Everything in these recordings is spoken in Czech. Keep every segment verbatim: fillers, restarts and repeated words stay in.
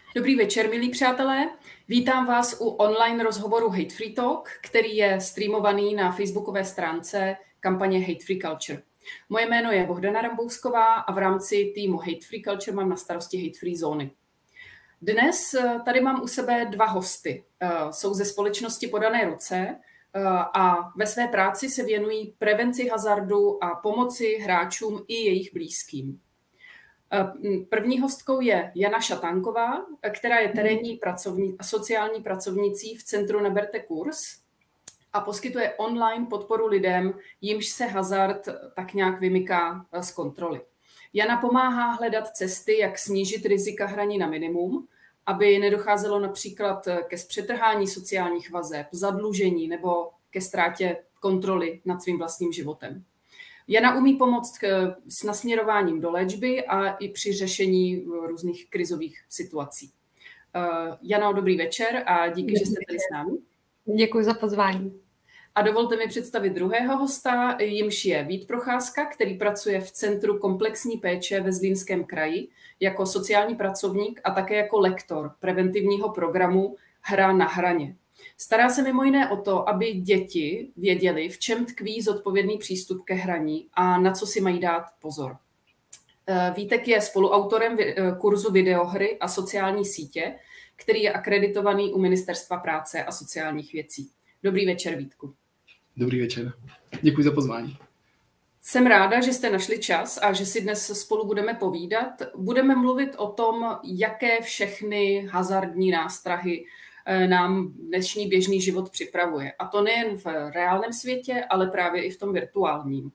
Dobrý večer, milí přátelé. Vítám vás u online rozhovoru Hate Free Talk, který je streamovaný na facebookové stránce kampaně Hate Free Culture. Moje jméno je Bohdana Rambousková a v rámci týmu Hate Free Culture mám na starosti Hate Free zóny. Dnes tady mám u sebe dva hosty. Jsou ze společnosti Podané ruce a ve své práci se věnují prevenci hazardu a pomoci hráčům i jejich blízkým. První hostkou je Jana Šatánková, která je terénní pracovní, sociální pracovnicí v Centru Neberte kurz a poskytuje online podporu lidem, jimž se hazard tak nějak vymyká z kontroly. Jana pomáhá hledat cesty, jak snížit rizika hraní na minimum, aby nedocházelo například ke zpřetrhání sociálních vazeb, zadlužení nebo ke ztrátě kontroly nad svým vlastním životem. Jana umí pomoct s nasměrováním do léčby a i při řešení různých krizových situací. Jano, dobrý večer a díky, že jste tady s námi. Děkuji za pozvání. A dovolte mi představit druhého hosta, jimž je Vít Procházka, který pracuje v Centru komplexní péče ve Zlínském kraji jako sociální pracovník a také jako lektor preventivního programu Hra na hraně. Stará se mimo jiné o to, aby děti věděly, v čem tkví zodpovědný přístup ke hraní a na co si mají dát pozor. Vítek je spoluautorem kurzu videohry a sociální sítě, který je akreditovaný u Ministerstva práce a sociálních věcí. Dobrý večer, Vítku. Dobrý večer. Děkuji za pozvání. Jsem ráda, že jste našli čas a že si dnes spolu budeme povídat. Budeme mluvit o tom, jaké všechny hazardní nástrahy nám dnešní běžný život připravuje. A to nejen v reálném světě, ale právě i v tom virtuálním.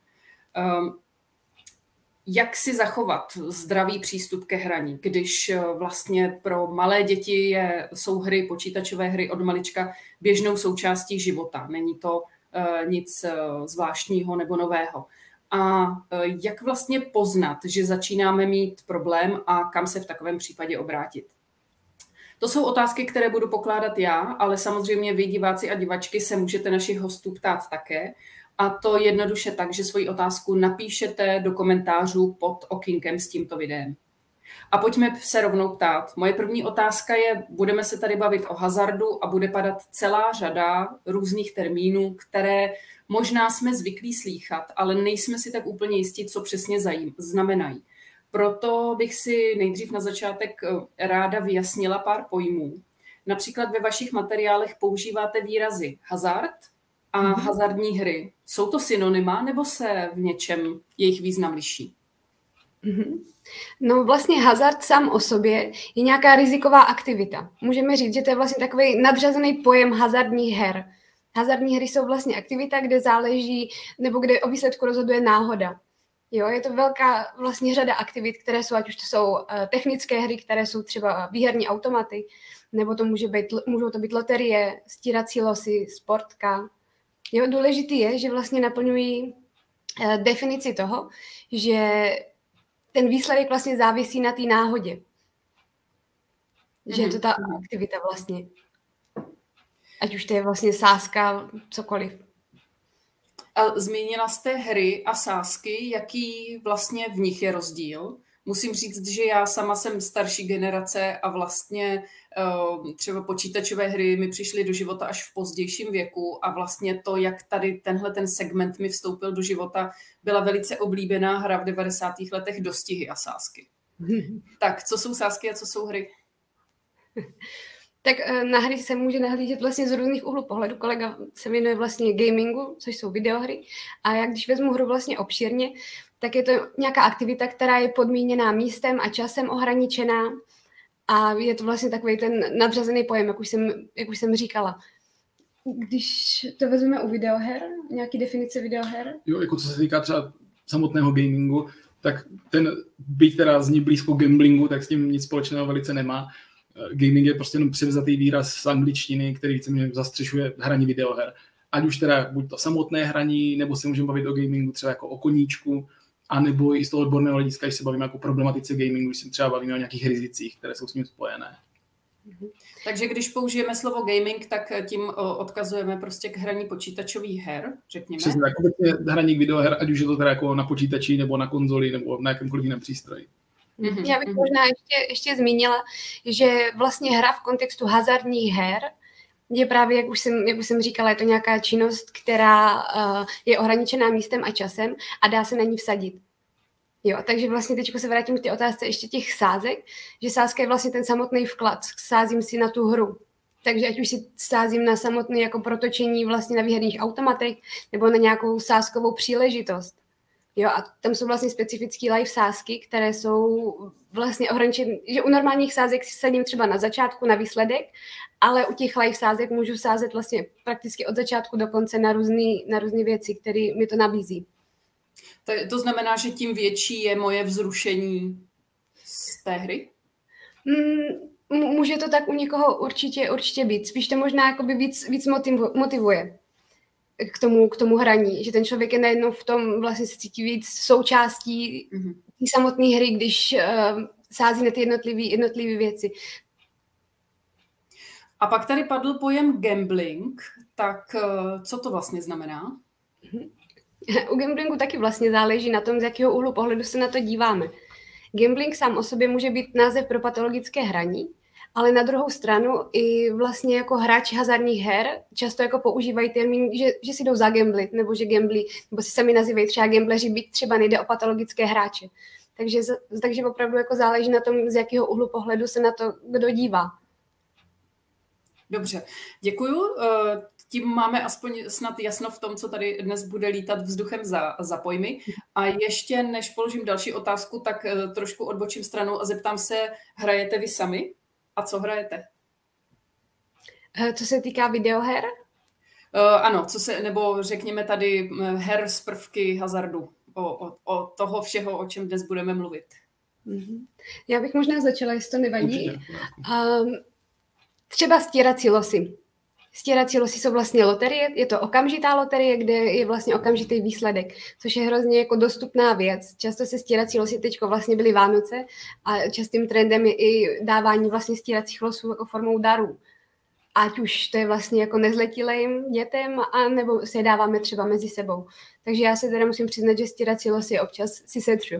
Jak si zachovat zdravý přístup ke hraní, když vlastně pro malé děti je, jsou hry, počítačové hry od malička běžnou součástí života. Není to nic zvláštního nebo nového. A jak vlastně poznat, že začínáme mít problém a kam se v takovém případě obrátit? To jsou otázky, které budu pokládat já, ale samozřejmě vy, diváci a divačky, se můžete našich hostů ptát také. A to jednoduše tak, že svoji otázku napíšete do komentářů pod okýnkem s tímto videem. A pojďme se rovnou ptát. Moje první otázka je, budeme se tady bavit o hazardu a bude padat celá řada různých termínů, které možná jsme zvyklí slýchat, ale nejsme si tak úplně jistí, co přesně znamenají. Proto bych si nejdřív na začátek ráda vyjasnila pár pojmů. Například ve vašich materiálech používáte výrazy hazard a mm-hmm. hazardní hry. Jsou to synonyma nebo se v něčem jejich význam liší? Mm-hmm. No vlastně hazard sám o sobě je nějaká riziková aktivita. Můžeme říct, že to je vlastně takový nadřazený pojem hazardních her. Hazardní hry jsou vlastně aktivita, kde záleží nebo kde o výsledku rozhoduje náhoda. Jo, je to velká vlastně řada aktivit, které jsou, ať už to jsou uh, technické hry, které jsou třeba výherní automaty, nebo to může být, můžou to být loterie, stírací losy, sportka. Jo, důležitý je, že vlastně naplňují uh, definici toho, že ten výsledek vlastně závisí na té náhodě. Mm-hmm. Že je to ta aktivita vlastně. Ať už to je vlastně sázka, cokoliv. A zmínila jste hry a sázky, jaký vlastně v nich je rozdíl? Musím říct, že já sama jsem starší generace a vlastně třeba počítačové hry mi přišly do života až v pozdějším věku a vlastně to, jak tady tenhle ten segment mi vstoupil do života, byla velice oblíbená hra v devadesátých letech Dostihy a sázky. Tak, co jsou sázky a co jsou hry? Tak na hry se může nahlížet vlastně z různých úhlů pohledu. Kolega se věnuje vlastně gamingu, což jsou videohry. A já když vezmu hru vlastně obšírně, tak je to nějaká aktivita, která je podmíněná místem a časem ohraničená. A je to vlastně takový ten nadřazený pojem, jak už jsem, jak už jsem říkala. Když to vezmeme u videoher, nějaký definice videoher? Jo, jako co se týká třeba samotného gamingu, tak ten, byť teda zní blízko gamblingu, tak s tím nic společného velice nemá. Gaming je prostě jenom převzatý výraz z angličtiny, který víceméně zastřešuje hraní videoher. Ať už teda buď to samotné hraní, nebo se můžeme bavit o gamingu třeba jako o koníčku, anebo i z toho odborného hlediska, když se bavíme jako o problematice gamingu, když se třeba bavíme o nějakých rizicích, které jsou s ním spojené. Takže když použijeme slovo gaming, tak tím odkazujeme prostě k hraní počítačových her, řekněme. Přesně tak, hraní videoher, ať už je to teda jako na počítači, nebo na konzoli, nebo na jakémkoliv jiném přístroji. Mm-hmm. Já bych možná ještě, ještě zmínila, že vlastně hra v kontextu hazardních her je právě, jak už jsem, jak už jsem říkala, je to nějaká činnost, která uh, je ohraničená místem a časem a dá se na ní vsadit. Jo, takže vlastně teď se vrátím k té otázce ještě těch sázek, že sázka je vlastně ten samotný vklad, sázím si na tu hru. Takže ať už si sázím na samotné jako protočení vlastně na výherních automatech nebo na nějakou sázkovou příležitost. Jo, a tam jsou vlastně specifické live sázky, které jsou vlastně ohraničené, že u normálních sázek si sadím třeba na začátku na výsledek, ale u těch live sázek můžu sázet vlastně prakticky od začátku do konce na různé na různé věci, které mi to nabízí. To, to znamená, že tím větší je moje vzrušení z té hry? Mm, může to tak u někoho určitě, určitě být. Spíš to možná jakoby víc, víc motivuje k tomu, k tomu hraní, že ten člověk je najednou v tom vlastně se cítí víc součástí mm-hmm. té samotné hry, když uh, sází na ty jednotlivé jednotlivé věci. A pak tady padl pojem gambling, tak uh, co to vlastně znamená? Mm-hmm. U gamblingu taky vlastně záleží na tom, z jakého úhlu pohledu se na to díváme. Gambling sám o sobě může být název pro patologické hraní, ale na druhou stranu i vlastně jako hráči hazardních her často jako používají termín, že, že si jdou zagamblit, nebo že gambli, nebo si sami nazývají třeba gambleři, byť třeba nejde o patologické hráče. Takže, takže opravdu jako záleží na tom, z jakého úhlu pohledu se na to kdo dívá. Dobře, děkuju. Tím máme aspoň snad jasno v tom, co tady dnes bude lítat vzduchem za, za pojmy. A ještě než položím další otázku, tak trošku odbočím stranou a zeptám se, hrajete vy sami? A co hrajete? Co se týká videoher? Uh, ano, co se, nebo řekněme tady her z prvky hazardu. O, o, o toho všeho, o čem dnes budeme mluvit. Mm-hmm. Já bych možná začala, jestli to nevadí. Um, třeba stírací losy. Stírací losy jsou vlastně loterie, je to okamžitá loterie, kde je vlastně okamžitý výsledek, což je hrozně jako dostupná věc. Často se stírací losy teďko vlastně byly Vánoce a častým trendem je i dávání vlastně stíracích losů jako formou darů. Ať už to je vlastně jako nezletilým dětem, a nebo si je dáváme třeba mezi sebou. Takže já se teda musím přiznat, že stírací losy občas si setřu.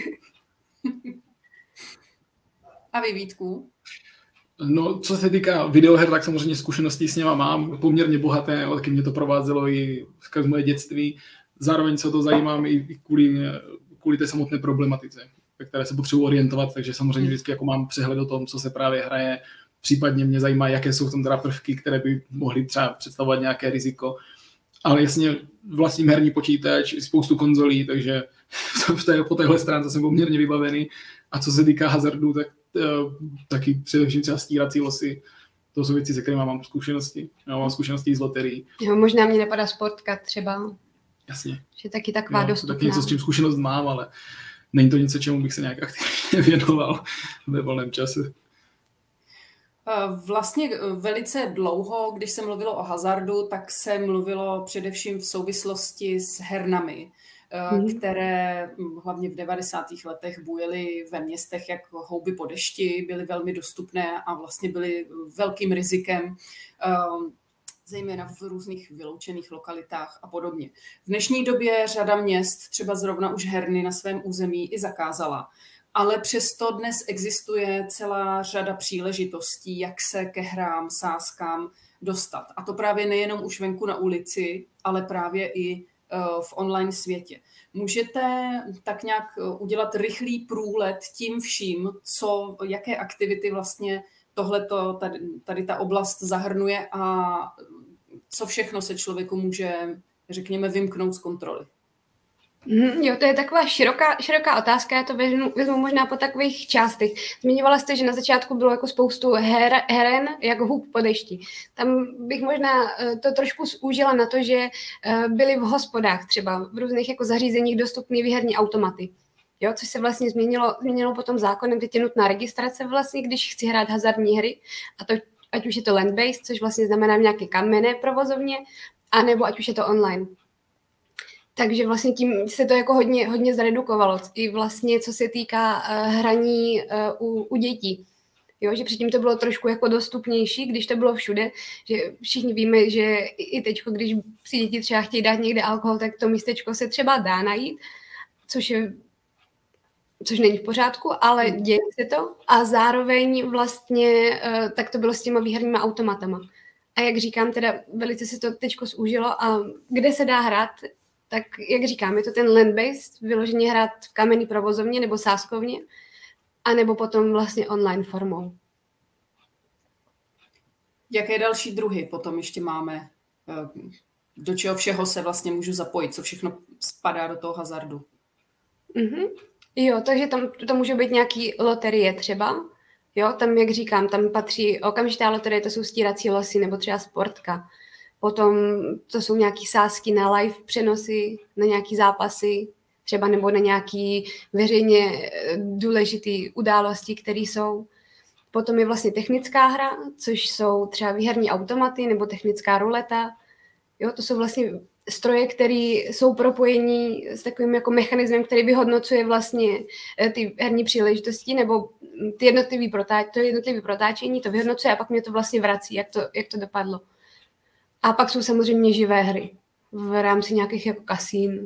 A vy, Vítku? No, co se týká videoher, tak samozřejmě zkušenosti s něma mám poměrně bohaté, taky mě to provázelo i z moje dětství. Zároveň se o to zajímám i kvůli, kvůli té samotné problematice, ve které se potřebuji orientovat, takže samozřejmě vždycky jako mám přehled o tom, co se právě hraje. Případně mě zajímá, jaké jsou v tom teda prvky, které by mohly třeba představovat nějaké riziko. Ale jasně, vlastním herní počítač, spoustu konzolí, takže v té, po téhle stránce jsem poměrně vybavený. A co se týká hazardu, tak uh, taky především třeba stírací losy. To jsou věci, se kterými mám zkušenosti. Já mám zkušenosti z loterií. Jo, možná mě napadá sportka třeba. Jasně. Že taky taková jo, dostupná. Taky něco, s čím zkušenost mám, ale není to něco, čemu bych se nějak aktivně věnoval ve volném čase. Vlastně velice dlouho, když se mluvilo o hazardu, tak se mluvilo především v souvislosti s hernami, mm. které hlavně v devadesátých letech bujely ve městech jak houby po dešti, byly velmi dostupné a vlastně byly velkým rizikem, zejména v různých vyloučených lokalitách a podobně. V dnešní době řada měst třeba zrovna už herny na svém území i zakázala. Ale přesto dnes existuje celá řada příležitostí, jak se ke hrám, sázkám dostat. A to právě nejenom už venku na ulici, ale právě i v online světě. Můžete tak nějak udělat rychlý průlet tím vším, co, jaké aktivity vlastně tohleto, tady, tady ta oblast zahrnuje a co všechno se člověku může, řekněme, vymknout z kontroly? Mm, jo, to je taková široká, široká otázka, já to vezmu, vezmu možná po takových částech. Zmiňovala jste, že na začátku bylo jako spoustu her, heren jako hub po dešti. Tam bych možná to trošku zúžila na to, že byly v hospodách třeba v různých jako zařízeních dostupné výherní automaty. Jo, což se vlastně změnilo, změnilo potom zákonem, teď je nutná registrace vlastně, když chci hrát hazardní hry, a to ať už je to land-based, což vlastně znamená nějaké kamenné provozovně, anebo ať už je to online. Takže vlastně tím se to jako hodně, hodně zredukovalo. I vlastně, co se týká uh, hraní uh, u, u dětí. Jo, že předtím to bylo trošku jako dostupnější, když to bylo všude, že všichni víme, že i teď, když si děti třeba chtějí dát někde alkohol, tak to místečko se třeba dá najít, což je což není v pořádku, ale děje se to a zároveň vlastně tak to bylo s těma výherníma automatama. A jak říkám, teda velice se to teďko zúžilo a kde se dá hrát, tak jak říkám, je to ten land-based, vyloženě hrát v kamenný provozovně nebo sázkovně, anebo potom vlastně online formou. Jaké další druhy potom ještě máme? Do čeho všeho se vlastně můžu zapojit? Co všechno spadá do toho hazardu? Mm-hmm. Jo, takže tam to může být nějaký loterie třeba. Jo, tam, jak říkám, tam patří okamžitá loterie, to jsou stírací losy nebo třeba sportka. Potom to jsou nějaký sázky na live přenosy, na nějaký zápasy, třeba nebo na nějaký veřejně důležitý události, které jsou. Potom je vlastně technická hra, což jsou třeba výherní automaty nebo technická ruleta. Jo, to jsou vlastně stroje, které jsou propojení s takovým jako mechanismem, který vyhodnocuje vlastně ty herní příležitosti nebo ty jednotlivý protáč, to jednotlivé protáčení, to vyhodnocuje a pak mě to vlastně vrací, jak to, jak to dopadlo. A pak jsou samozřejmě živé hry v rámci nějakých jako kasín.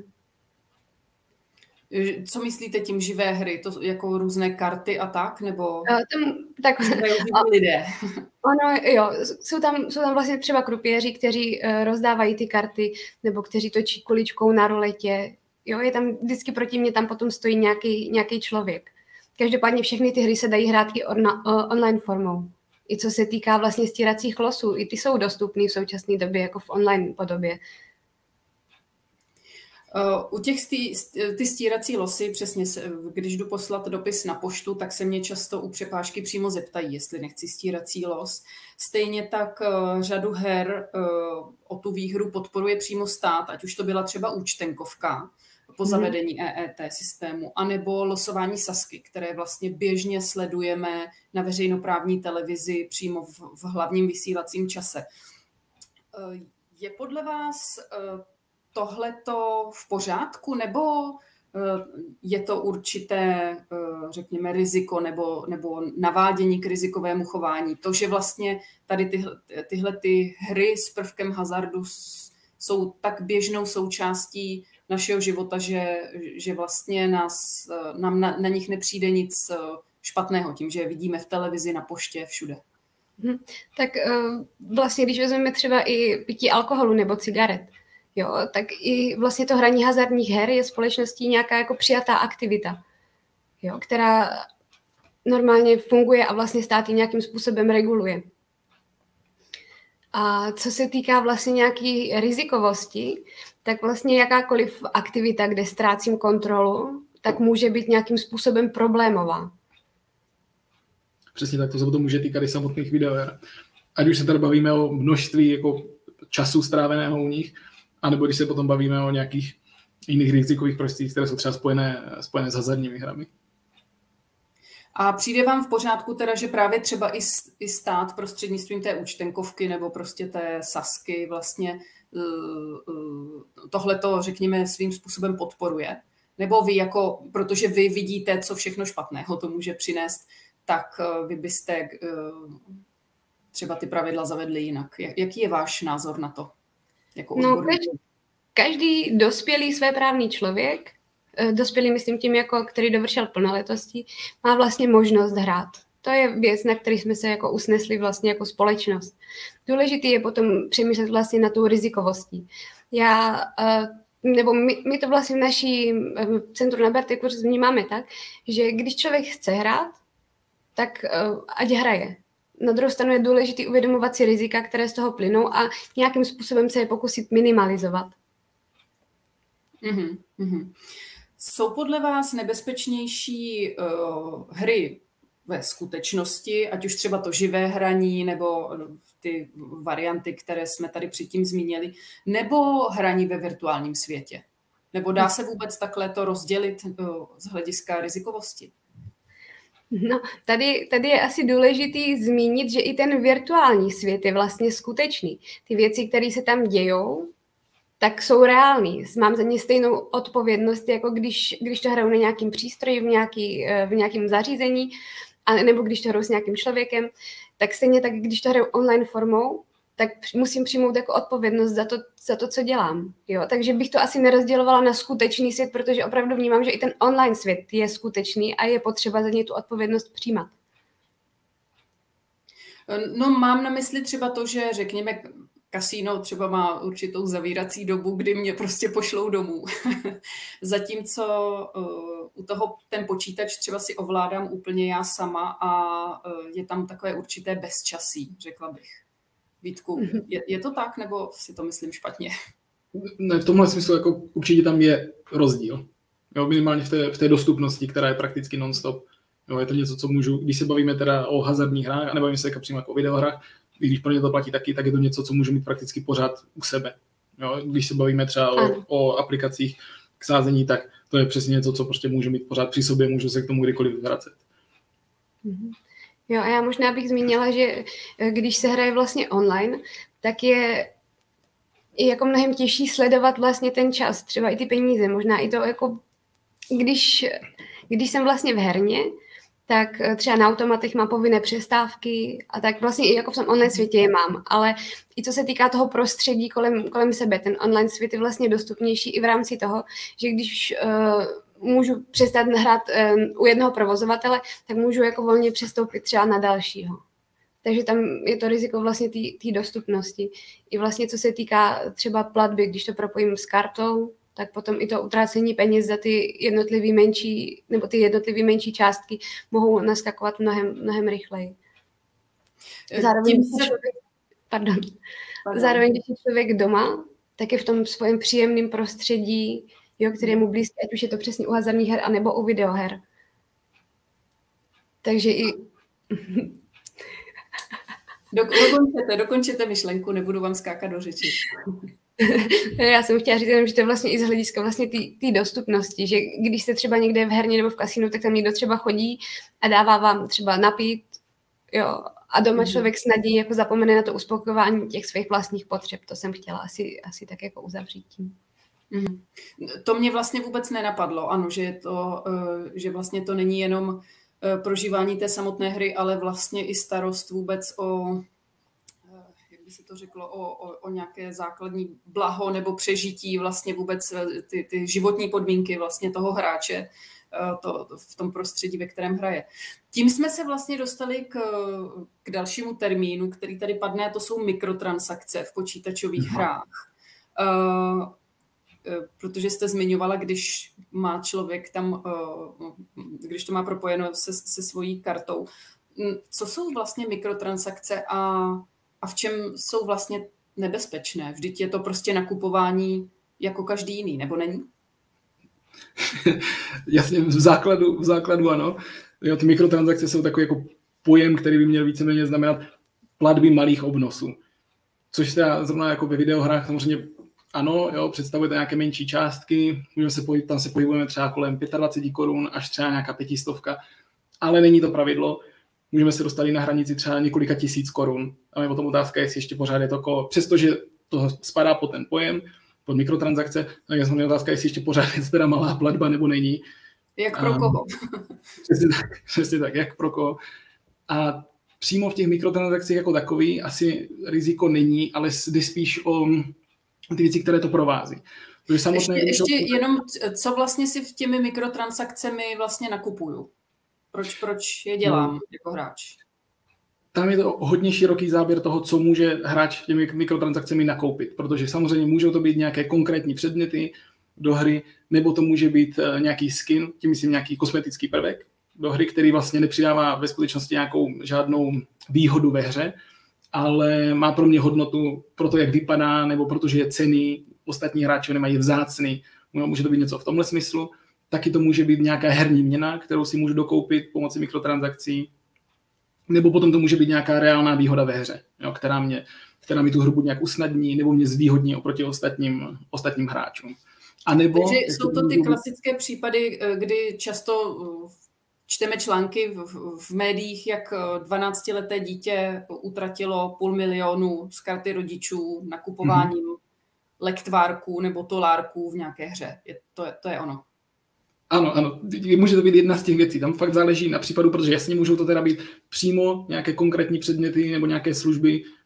Co myslíte tím živé hry? To jako různé karty a tak? Nebo tam, tak, lidé? Ono, jo, jsou tam, jsou tam vlastně třeba krupěři, kteří uh, rozdávají ty karty, nebo kteří točí kuličkou na ruletě. Jo, je tam, vždycky proti mně tam potom stojí nějaký, nějaký člověk. Každopádně všechny ty hry se dají hrát i on, uh, online formou. I co se týká vlastně stíracích losů, i ty jsou dostupný v současné době jako v online podobě. U těch stí, ty stírací losy, přesně, když jdu poslat dopis na poštu, tak se mě často u přepážky přímo zeptají, jestli nechci stírací los. Stejně tak řadu her o tu výhru podporuje přímo stát, ať už to byla třeba účtenkovka po zavedení E E T systému, anebo losování sazky, které vlastně běžně sledujeme na veřejnoprávní televizi přímo v, v hlavním vysílacím čase. Je podle vás tohleto v pořádku, nebo je to určité, řekněme, riziko nebo, nebo navádění k rizikovému chování? To, že vlastně tady tyhle, tyhle ty hry s prvkem hazardu jsou tak běžnou součástí našeho života, že, že vlastně nás, nám na, na nich nepřijde nic špatného tím, že je vidíme v televizi, na poště, všude. Hmm, tak vlastně, když vezmeme třeba i pití alkoholu nebo cigaret, jo, tak i vlastně to hraní hazardních her je společností nějaká jako přijatá aktivita, jo, která normálně funguje a vlastně stát ji nějakým způsobem reguluje. A co se týká vlastně nějaký rizikovosti, tak vlastně jakákoliv aktivita, kde ztrácím kontrolu, tak může být nějakým způsobem problémová. Přesně tak, to se potom může týkat i samotných videoher. Ať už se tady bavíme o množství jako času stráveného u nich, anebo když se potom bavíme o nějakých jiných rizikových prostředích, které jsou třeba spojené, spojené s hazardními hrami. A přijde vám v pořádku teda, že právě třeba i, i stát prostřednictvím té účtenkovky nebo prostě té sazky vlastně uh, uh, tohleto, řekněme, svým způsobem podporuje? Nebo vy jako, protože vy vidíte, co všechno špatného to může přinést, tak uh, vy byste uh, třeba ty pravidla zavedli jinak. Jaký je váš názor na to? Jako no, každý, každý dospělý svéprávný člověk, dospělý myslím tím, jako který dovršil plnoletosti, má vlastně možnost hrát. To je věc, na který jsme se jako usnesli vlastně jako společnost. Důležitý je potom přemýšlet vlastně na tou rizikovostí. Já, nebo my, my to vlastně v naší centru na Berty kurz vnímáme tak, že když člověk chce hrát, tak ať hraje. Na druhou stranu je důležité uvědomovat si rizika, které z toho plynou a nějakým způsobem se je pokusit minimalizovat. Mm-hmm, mm-hmm. Jsou podle vás nebezpečnější uh, hry ve skutečnosti, ať už třeba to živé hraní nebo ty varianty, které jsme tady předtím zmínili, nebo hraní ve virtuálním světě? Nebo dá se vůbec takhle to rozdělit uh, z hlediska rizikovosti? No, tady, tady je asi důležitý zmínit, že i ten virtuální svět je vlastně skutečný. Ty věci, které se tam dějou, tak jsou reální. Mám za ně stejnou odpovědnost, jako když, když to hraju na nějakým přístroji, v, nějaký, v nějakém zařízení, a nebo když to hraju s nějakým člověkem, tak stejně tak, když to hraju online formou, tak musím přijmout jako odpovědnost za to, za to, co dělám. Jo? Takže bych to asi nerozdělovala na skutečný svět, protože opravdu vnímám, že i ten online svět je skutečný a je potřeba za něj tu odpovědnost přijímat. No, mám na mysli třeba to, že řekněme, kasíno třeba má určitou zavírací dobu, kdy mě prostě pošlou domů. Zatímco uh, u toho ten počítač třeba si ovládám úplně já sama a uh, je tam takové určité bezčasí, řekla bych. Vítku, je, je to tak, nebo si to myslím špatně? Ne, v tomhle smyslu jako určitě tam je rozdíl. Jo, minimálně v té, v té dostupnosti, která je prakticky non-stop. Jo, je to něco, co můžu, když se bavíme teda o hazardních hrách, a nebavíme se jako přímo jako o videohrách, když pro ně to platí taky, tak je to něco, co můžu mít prakticky pořád u sebe. Jo, když se bavíme třeba o, o aplikacích k sázení, tak to je přesně něco, co prostě můžu mít pořád při sobě, můžu se k tomu kdykoliv vracet. Jo, a já možná bych zmínila, že když se hraje vlastně online, tak je, je jako mnohem těžší sledovat vlastně ten čas, třeba i ty peníze, možná i to jako, když, když jsem vlastně v herně, tak třeba na automatech mám povinné přestávky a tak vlastně i jako v tom online světě je mám, ale i co se týká toho prostředí kolem, kolem sebe, ten online svět je vlastně dostupnější i v rámci toho, že když uh, můžu přestat hrát um, u jednoho provozovatele, tak můžu jako volně přestoupit třeba na dalšího. Takže tam je to riziko vlastně té dostupnosti. I vlastně co se týká třeba platby, když to propojím s kartou, tak potom i to utrácení peněz za ty jednotlivý menší, nebo ty jednotlivý menší částky mohou naskakovat mnohem, mnohem rychleji. Zároveň, se... člověk, pardon. Pardon. Zároveň, když je člověk doma, tak je v tom svém příjemném prostředí, jo, které je mu blízké, ať už je to přesně u hazardních her, anebo u videoher. Takže i... Dokončete, dokončete myšlenku, nebudu vám skákat do řeči. Já jsem chtěla říct jenom, že to je vlastně i z hlediska vlastně té dostupnosti, že když jste třeba někde v herně nebo v kasínu, tak tam někdo třeba chodí a dává vám třeba napít, jo, a doma mm. člověk snadněji jako zapomene na to uspokojování těch svých vlastních potřeb. To jsem chtěla asi, asi tak jako uzavřít tím. Mm. To mě vlastně vůbec nenapadlo, ano, že, je to, že vlastně to není jenom prožívání té samotné hry, ale vlastně i starost vůbec o, jak by se to řeklo, o, o, o nějaké základní blaho nebo přežití, vlastně vůbec ty, ty životní podmínky vlastně toho hráče to, to v tom prostředí, ve kterém hraje. Tím jsme se vlastně dostali k, k dalšímu termínu, který tady padne, a to jsou mikrotransakce v počítačových Aha. hrách. Uh, protože jste zmiňovala, když má člověk tam, když to má propojeno se, se svojí kartou. Co jsou vlastně mikrotransakce a, a v čem jsou vlastně nebezpečné? Vždyť je to prostě nakupování jako každý jiný, nebo není? Jasně, v základu, v základu ano. Jo, ty mikrotransakce jsou takový jako pojem, který by měl víceméně znamenat platby malých obnosů. Což se zrovna jako ve videohrách samozřejmě ano, jo, představujete nějaké menší částky, můžeme se pohybovat, tam se pohybujeme třeba kolem dvacet pět korun až třeba nějaká pětistovka, ale není to pravidlo. Můžeme se dostat i na hranici třeba několika tisíc korun. A je potom otázka, jestli ještě pořád je to kolo. Přestože to spadá pod ten pojem, pod mikrotransakce, tak je samozřejmě otázka, jestli ještě pořád je to teda malá platba nebo není. Jak pro koho? Přesně tak, přesně tak, jak pro koho. A přímo v těch mikrotransakcích jako takový asi riziko není, ale jde spíš o ty věci, které to provází. Samotné ještě, ještě jenom, co vlastně si v těmi mikrotransakcemi vlastně nakupuju? Proč, proč je dělám no, jako hráč? Tam je to hodně široký záběr toho, co může hráč těmi mikrotransakcemi nakoupit, protože samozřejmě můžou to být nějaké konkrétní předměty do hry, nebo to může být nějaký skin, tím myslím nějaký kosmetický prvek do hry, který vlastně nepřidává ve skutečnosti nějakou žádnou výhodu ve hře, ale má pro mě hodnotu pro to, jak vypadá, nebo protože je cenný, ostatní hráči nemají vzácný. Může to být něco v tomhle smyslu. Taky to může být nějaká herní měna, kterou si můžu dokoupit pomocí mikrotransakcí. Nebo potom to může být nějaká reálná výhoda ve hře, jo, která, mě, která mi tu hru buď nějak usnadní, nebo mě zvýhodní oproti ostatním, ostatním hráčům. A nebo, Takže jsou to ty klasické případy, kdy často čteme články v, v médiích, jak dvanáctileté dítě utratilo půl milionu z karty rodičů nakupováním mm-hmm. lektvárků nebo tolárků v nějaké hře. Je, to, je, to je ono. Ano, ano. Může to být jedna z těch věcí. Tam fakt záleží na případu, protože jasně můžou to teda být přímo nějaké konkrétní předměty nebo nějaké služby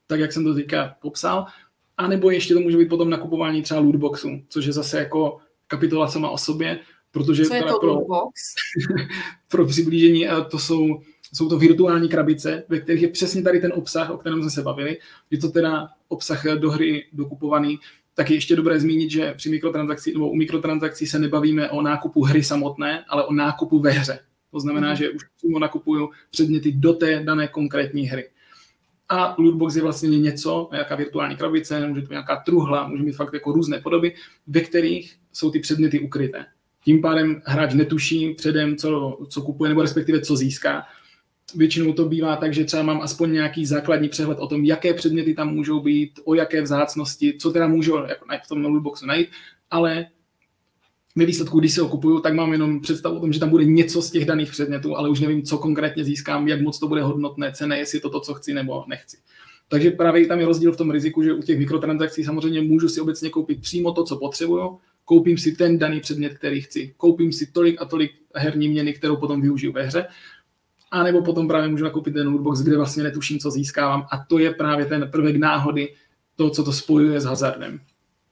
tak jak jsem to teďka popsal, anebo ještě to může být potom nakupování třeba lootboxu, což je zase jako kapitola sama o sobě, protože co je to pro, lootbox? pro přiblížení to jsou, jsou to virtuální krabice, ve kterých je přesně tady ten obsah, o kterém jsme se bavili. Je to teda obsah do hry dokupovaný. Tak je ještě dobré zmínit, že při mikrotransakci, nebo u mikrotransakcí se nebavíme o nákupu hry samotné, ale o nákupu ve hře. To znamená, že už přímo nakupuju předměty do té dané konkrétní hry. A lootbox je vlastně něco, nějaká virtuální krabice, může to být nějaká truhla, může mít fakt jako různé podoby, ve kterých jsou ty předměty ukryté. Tím pádem hráč netuší předem, co, co kupuje, nebo respektive co získá. Většinou to bývá tak, že třeba mám aspoň nějaký základní přehled o tom, jaké předměty tam můžou být, o jaké vzácnosti, co teda můžu jako v tom lootboxu najít, ale ve výsledku, když si ho kupuju, tak mám jenom představu o tom, že tam bude něco z těch daných předmětů, ale už nevím, co konkrétně získám, jak moc to bude hodnotné, cenné, jestli je to to, co chci nebo nechci. Takže právě tam je rozdíl v tom riziku, že u těch mikrotransakcí samozřejmě můžu si obecně koupit přímo to, co potřebuju, koupím si ten daný předmět, který chci, koupím si tolik a tolik herní měny, kterou potom využiju ve hře, a nebo potom právě můžu nakoupit ten lootbox, kde vlastně netuším, co získávám, a to je právě ten prvek náhody, to, co to spojuje s hazardem.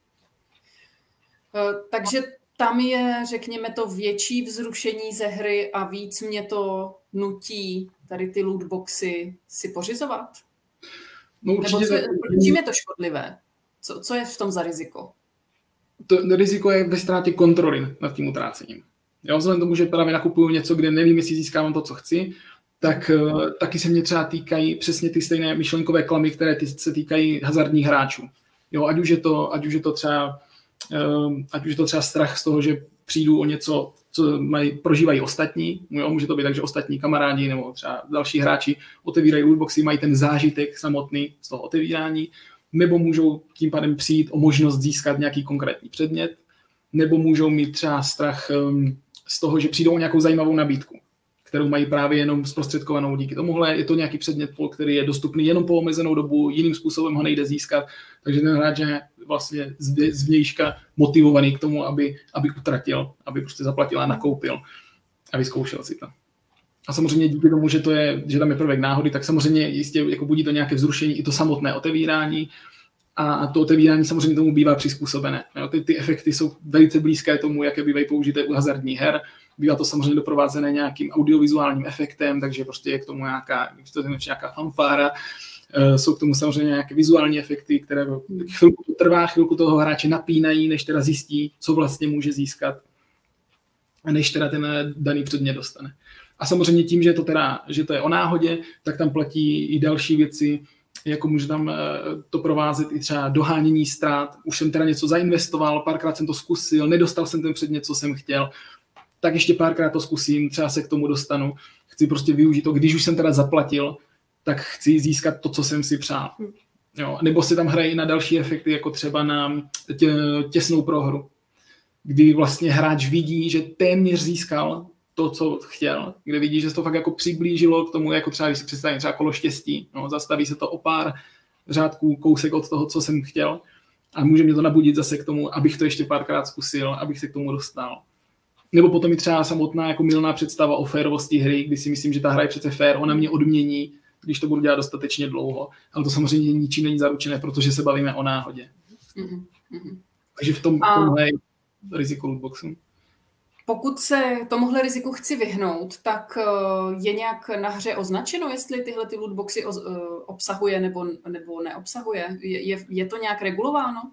Takže tam je, řekněme, to větší vzrušení ze hry a víc mě to nutí tady ty lootboxy si pořizovat? No určitě. Nebo co, čím je to škodlivé? Co, co je v tom za riziko? To riziko je ve ztrátě kontroly nad tím utrácením. Já vzhledem tomu, že právě nakupuju něco, kde nevím, jestli získávám to, co chci, tak uh, taky se mě třeba týkají přesně ty stejné myšlenkové klamy, které ty se týkají hazardních hráčů. Jo, ať už je to, ať už je to třeba uh, ať už je to třeba strach z toho, že přijdu o něco, co mají, prožívají ostatní. Jo, může to být tak, že ostatní kamarádi nebo třeba další hráči otevírají lootboxy, mají ten zážitek samotný z toho otevírání, nebo můžou tím pádem přijít o možnost získat nějaký konkrétní předmět, nebo můžou mít třeba strach um, z toho, že přijdou o nějakou zajímavou nabídku, kterou mají právě jenom zprostředkovanou díky tomuhle. Je to nějaký předmět, který je dostupný jenom po omezenou dobu, jiným způsobem ho nejde získat, takže ten hráč je vlastně zvnějška motivovaný k tomu, aby, aby utratil, aby prostě zaplatil a nakoupil a vyzkoušel si to. A samozřejmě díky tomu, že, to je, že tam je prvek náhody, tak samozřejmě jistě jako budí to nějaké vzrušení i to samotné otevírání, a to otevírání samozřejmě tomu bývá přizpůsobené. Jo, ty, ty efekty jsou velice blízké tomu, jaké bývají použité u hazardních her. Bývá to samozřejmě doprovázené nějakým audiovizuálním efektem, takže prostě je k tomu nějaká, nějaká fanfára. Jsou k tomu samozřejmě nějaké vizuální efekty, které chvilku to trvá, chvilku toho hráče napínají, než teda zjistí, co vlastně může získat, než teda ten daný předmět dostane. A samozřejmě tím, že, to teda, že to je o náhodě, tak tam platí i další věci, jako může tam to provázet i třeba dohánění ztrát. Už jsem teda něco zainvestoval, párkrát jsem to zkusil, nedostal jsem ten předmět, co jsem chtěl, tak ještě párkrát to zkusím, třeba se k tomu dostanu. Chci prostě využít to, když už jsem teda zaplatil, tak chci získat to, co jsem si přál. Jo, nebo se tam hrají na další efekty, jako třeba na tě, těsnou prohru, kdy vlastně hráč vidí, že téměř získal to, co chtěl, kde vidí, že se to fakt jako přiblížilo k tomu, jako třeba, když si představím třeba kolo štěstí, no, zastaví se to o pár řádků, kousek od toho, co jsem chtěl, a může mě to nabudit zase k tomu, abych to ještě párkrát zkusil, abych se k tomu dostal. Nebo potom i třeba samotná jako mylná představa o férovosti hry, kdy si myslím, že ta hra je přece fér, ona mě odmění, když to budu dělat dostatečně dlouho, ale to samozřejmě ničím není zaručené, protože se bavíme o náhodě. Mm-hmm. Takže v, tom, v tomhle je riziko lootboxu. Pokud se tomuhle riziku chci vyhnout, tak je nějak na hře označeno, jestli tyhle ty lootboxy obsahuje nebo, nebo neobsahuje? Je, je to nějak regulováno?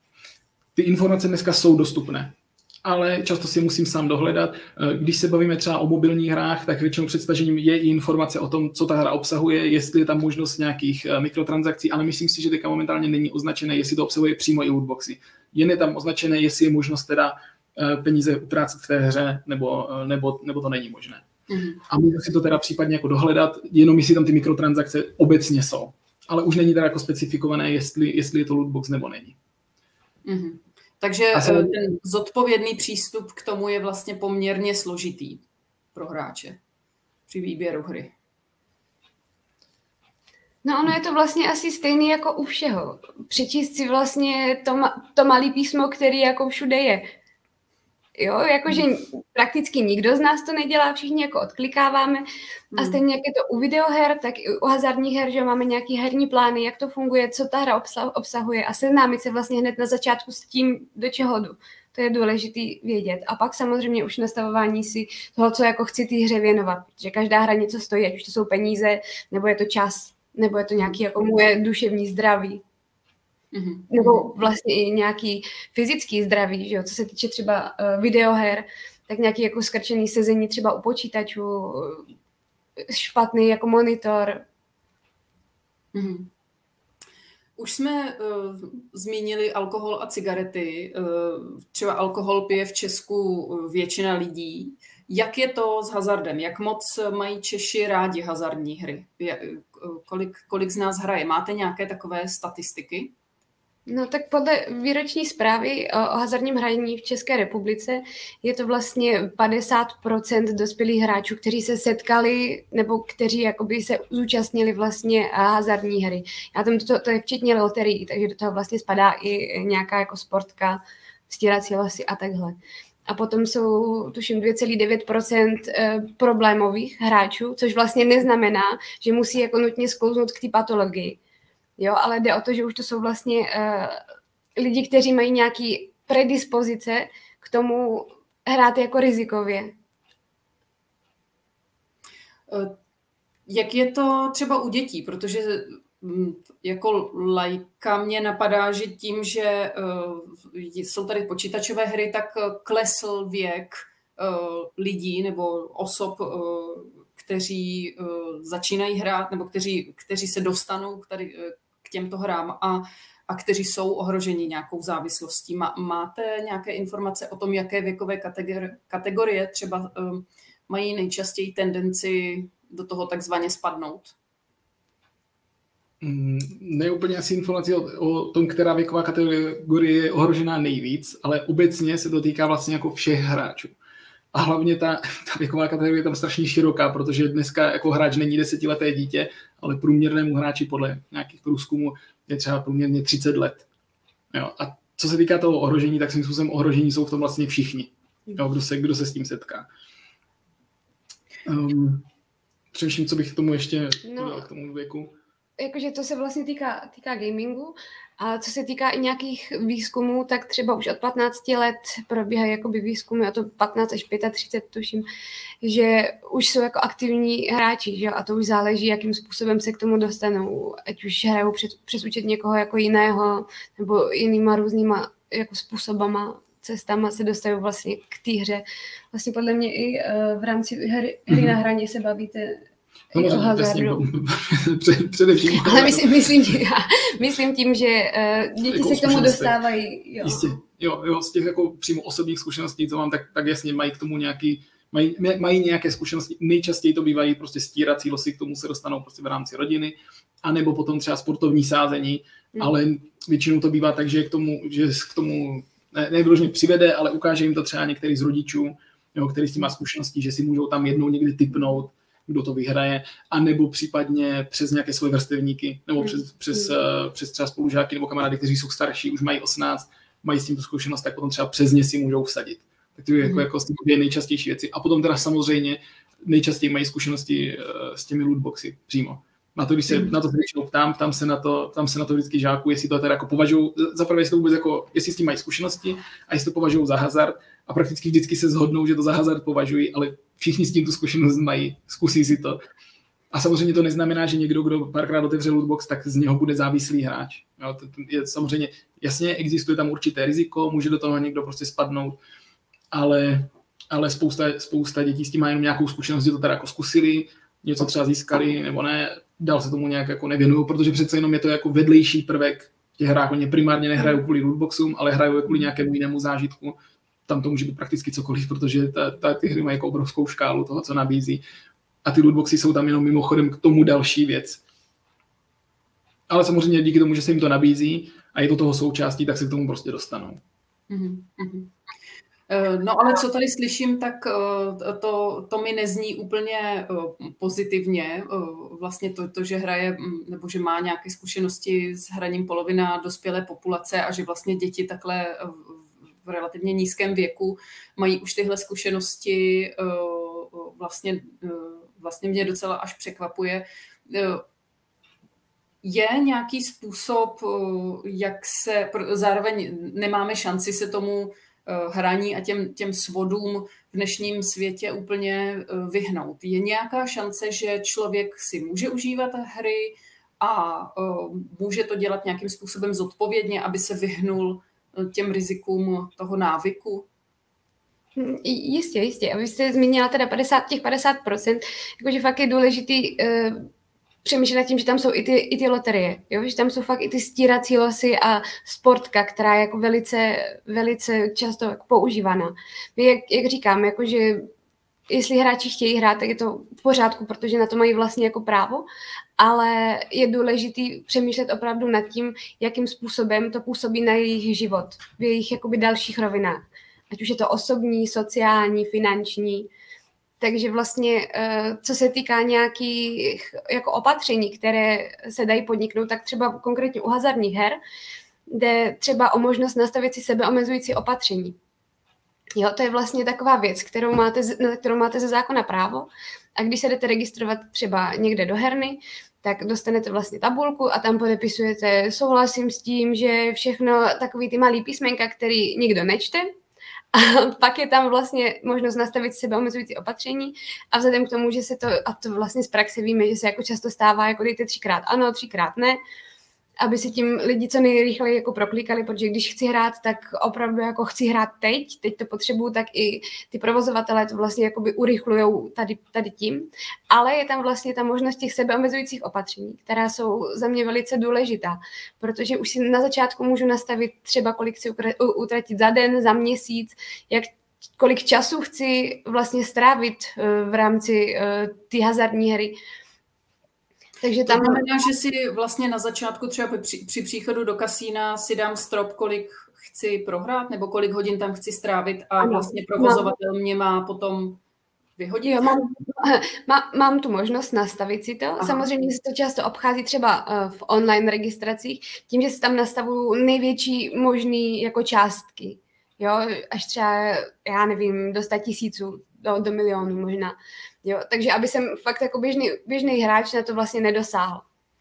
Ty informace dneska jsou dostupné, ale často si musím sám dohledat. Když se bavíme třeba o mobilních hrách, tak většinou před stažením je i informace o tom, co ta hra obsahuje, jestli je tam možnost nějakých mikrotransakcí, ale myslím si, že teďka momentálně není označené, jestli to obsahuje přímo i lootboxy. Jen je tam označené, jestli je možnost teda peníze utrácet v té hře, nebo, nebo, nebo to není možné. Mm-hmm. A můžu si to teda případně jako dohledat, jenom jestli tam ty mikrotransakce obecně jsou. Ale už není teda jako specifikované, jestli, jestli je to lootbox nebo není. Mm-hmm. Takže jsem... ten zodpovědný přístup k tomu je vlastně poměrně složitý pro hráče při výběru hry. No ono je to vlastně asi stejný jako u všeho. Přečíst si vlastně to, to malé písmo, který jako všude je. Jo, jakože prakticky nikdo z nás to nedělá, všichni jako odklikáváme. A stejně jak je to u videoher, tak i u hazardních her, že máme nějaký herní plány, jak to funguje, co ta hra obsahuje a seznámit se vlastně hned na začátku s tím, do čeho jdu. To je důležitý vědět. A pak samozřejmě už nastavování si toho, co jako chci té hře věnovat. Protože každá hra něco stojí, ať už to jsou peníze, nebo je to čas, nebo je to nějaký jako moje duševní zdraví. Mm-hmm. Nebo vlastně i nějaký fyzický zdraví, že jo? Co se týče třeba uh, videoher, tak nějaký jako skrčený sezení třeba u počítačů, špatný jako monitor. Mm-hmm. Už jsme uh, zmínili alkohol a cigarety. Uh, třeba alkohol pije v Česku většina lidí. Jak je to s hazardem? Jak moc mají Češi rádi hazardní hry? Je, uh, kolik, kolik z nás hraje? Máte nějaké takové statistiky? No tak podle výroční zprávy o, o hazardním hraní v České republice je to vlastně padesát procent dospělých hráčů, kteří se setkali nebo kteří jakoby se zúčastnili vlastně hazardní hry. Já tam to, to je včetně loterií, takže do toho vlastně spadá i nějaká jako sportka, stírací losy a takhle. A potom jsou, tuším, dvě celá devět procent problémových hráčů, což vlastně neznamená, že musí jako nutně sklouznout k té patologii. Jo, ale jde o to, že už to jsou vlastně uh, lidi, kteří mají nějaký predispozice k tomu hrát jako rizikově. Jak je to třeba u dětí? Protože jako laika mě napadá, že tím, že uh, jsou tady počítačové hry, tak klesl věk uh, lidí nebo osob, uh, kteří uh, začínají hrát nebo kteří, kteří se dostanou k, tady, k těmto hrám a, a kteří jsou ohroženi nějakou závislostí. Má, máte nějaké informace o tom, jaké věkové kategorie, kategorie třeba uh, mají nejčastěji tendenci do toho takzvaně spadnout? Ne úplně asi informací o, o tom, která věková kategorie je ohrožená nejvíc, ale obecně se to týká vlastně jako všech hráčů. A hlavně ta, ta věková kategorie je tam strašně široká, protože dneska jako hráč není desetileté dítě, ale průměrnému hráči podle nějakých průzkumů je třeba průměrně třicet let. Jo, a co se týká toho ohrožení, tak svým způsobem ohrožení jsou v tom vlastně všichni, jo, kdo, se, kdo se s tím setká. Um, Především, co bych k tomu ještě no. k tomu věku. Jakože to se vlastně týká, týká gamingu a co se týká i nějakých výzkumů, tak třeba už od patnácti let probíhají jakoby výzkumy, a to patnáct až třicet pět tuším, že už jsou jako aktivní hráči, že? A to už záleží, jakým způsobem se k tomu dostanou, ať už hrajou přes, přes účet někoho jako jiného, nebo jinýma různýma jako způsobama, cestama se dostanou vlastně k té hře. Vlastně podle mě i uh, v rámci hry, hry na hraně se bavíte no, o hazardu. Především. Ale myslím, myslím, já, myslím tím, že uh, děti jako se k tomu dostávají. Jo. Jistě, jo, jo, z těch jako přímo osobních zkušeností, co mám, tak, tak jasně mají k tomu nějaký, mají, mají nějaké zkušenosti. Nejčastěji to bývají prostě stírací losy, k tomu se dostanou prostě v rámci rodiny, anebo potom třeba sportovní sázení, hmm. ale většinou to bývá tak, že k tomu, že k tomu ne, nevyloženě přivede, ale ukáže jim to třeba některý z rodičů, jo, který s tím má zkušenosti, že si můžou tam jednou někdy tipnout, kdo to vyhraje, anebo případně přes nějaké svoje vrstevníky, nebo přes, přes, uh, přes třeba spolužáky nebo kamarády, kteří jsou starší, už mají osmnáct, mají s tím zkušenost, tak potom třeba přes ně si můžou vsadit. Tak to je jako, jako s tím dvě nejčastější věci. A potom teda samozřejmě nejčastěji mají zkušenosti uh, s těmi lootboxy přímo. Na to, když se na to většinou ptám, ptám se na to, ptám se na to vždycky žáků, jestli to teda jako považují, zaprvé jestli to vůbec jako, jestli s tím mají zkušenosti a jestli to považují za hazard, a prakticky vždycky se shodnou, že to za hazard považují, ale všichni s tím tu zkušenost mají, zkusí si to. A samozřejmě to neznamená, že někdo, kdo párkrát otevře lootbox, tak z něho bude závislý hráč. Jo, to je samozřejmě, jasně existuje tam určité riziko, může do toho někdo prostě spadnout, ale, ale spousta, spousta dětí s tím má jenom nějakou zkušenost, že to teda jako zkusili, něco třeba získali, nebo ne, dál se tomu nějak jako nevěnují, protože přece jenom je to jako vedlejší prvek v těch hrách. Oni primárně nehrají kvůli lootboxům, ale hrajou kvůli nějakému jinému zážitku. Tam to může být prakticky cokoliv, protože ta, ta, ty hry mají jako obrovskou škálu toho, co nabízí. A ty lootboxy jsou tam jenom mimochodem k tomu další věc. Ale samozřejmě díky tomu, že se jim to nabízí a je to toho součástí, tak se k tomu prostě dostanou. Mm-hmm. No ale co tady slyším, tak to, to mi nezní úplně pozitivně. Vlastně to, to, že hraje, nebo že má nějaké zkušenosti s hraním polovina dospělé populace a že vlastně děti takhle v relativně nízkém věku mají už tyhle zkušenosti, vlastně, vlastně mě docela až překvapuje. Je nějaký způsob, jak se, zároveň nemáme šanci se tomu hraní a těm, těm svodům v dnešním světě úplně vyhnout. Je nějaká šance, že člověk si může užívat hry a může to dělat nějakým způsobem zodpovědně, aby se vyhnul těm rizikům toho návyku? Jistě, jistě. A vy jste zmínila teda padesát, těch padesát procent, jakože fakt je důležitý uh, přemýšlet nad tím, že tam jsou i ty, i ty loterie, jo? Že tam jsou fakt i ty stírací losy a sportka, která je jako velice, velice často jako používaná. Jak, jak říkám, jakože jestli hráči chtějí hrát, tak je to v pořádku, protože na to mají vlastně jako právo, ale je důležitý přemýšlet opravdu nad tím, jakým způsobem to působí na jejich život, v jejich jakoby dalších rovinách. Ať už je to osobní, sociální, finanční. Takže vlastně, co se týká nějakých jako opatření, které se dají podniknout, tak třeba konkrétně u hazardních her, jde třeba o možnost nastavit si sebeomezující opatření. Jo, to je vlastně taková věc, kterou máte, na kterou máte ze zákona právo. A když se jdete registrovat třeba někde do herny, tak dostanete vlastně tabulku a tam podepisujete souhlasím s tím, že všechno takový ty malý písmenka, který nikdo nečte. A pak je tam vlastně možnost nastavit sebeomezující opatření a vzhledem k tomu, že se to, a to vlastně z praxe víme, že se jako často stává, jako dejte třikrát ano, třikrát ne, aby si tím lidi co nejrychleji jako proklikali, protože když chci hrát, tak opravdu jako chci hrát teď, teď to potřebuju, tak i ty provozovatelé to vlastně jakoby urychlujou tady, tady tím, ale je tam vlastně ta možnost těch sebeomezujících opatření, která jsou za mě velice důležitá, protože už si na začátku můžu nastavit třeba, kolik si utratit za den, za měsíc, jak kolik času chci vlastně strávit v rámci té hazardní hry. Takže tam... To znamená, že si vlastně na začátku třeba při, při příchodu do kasína si dám strop, kolik chci prohrát, nebo kolik hodin tam chci strávit a ano, vlastně provozovatel mám... mě má potom vyhodit? Jo, mám, má, mám tu možnost nastavit si to. Aha. Samozřejmě se to často obchází třeba v online registracích, tím, že se tam nastavují největší možný jako částky. Jo, až třeba, já nevím, do sta tisíců, do, do milionů možná. Jo, takže aby jsem fakt jako běžný, běžný hráč na to vlastně nedosáhl.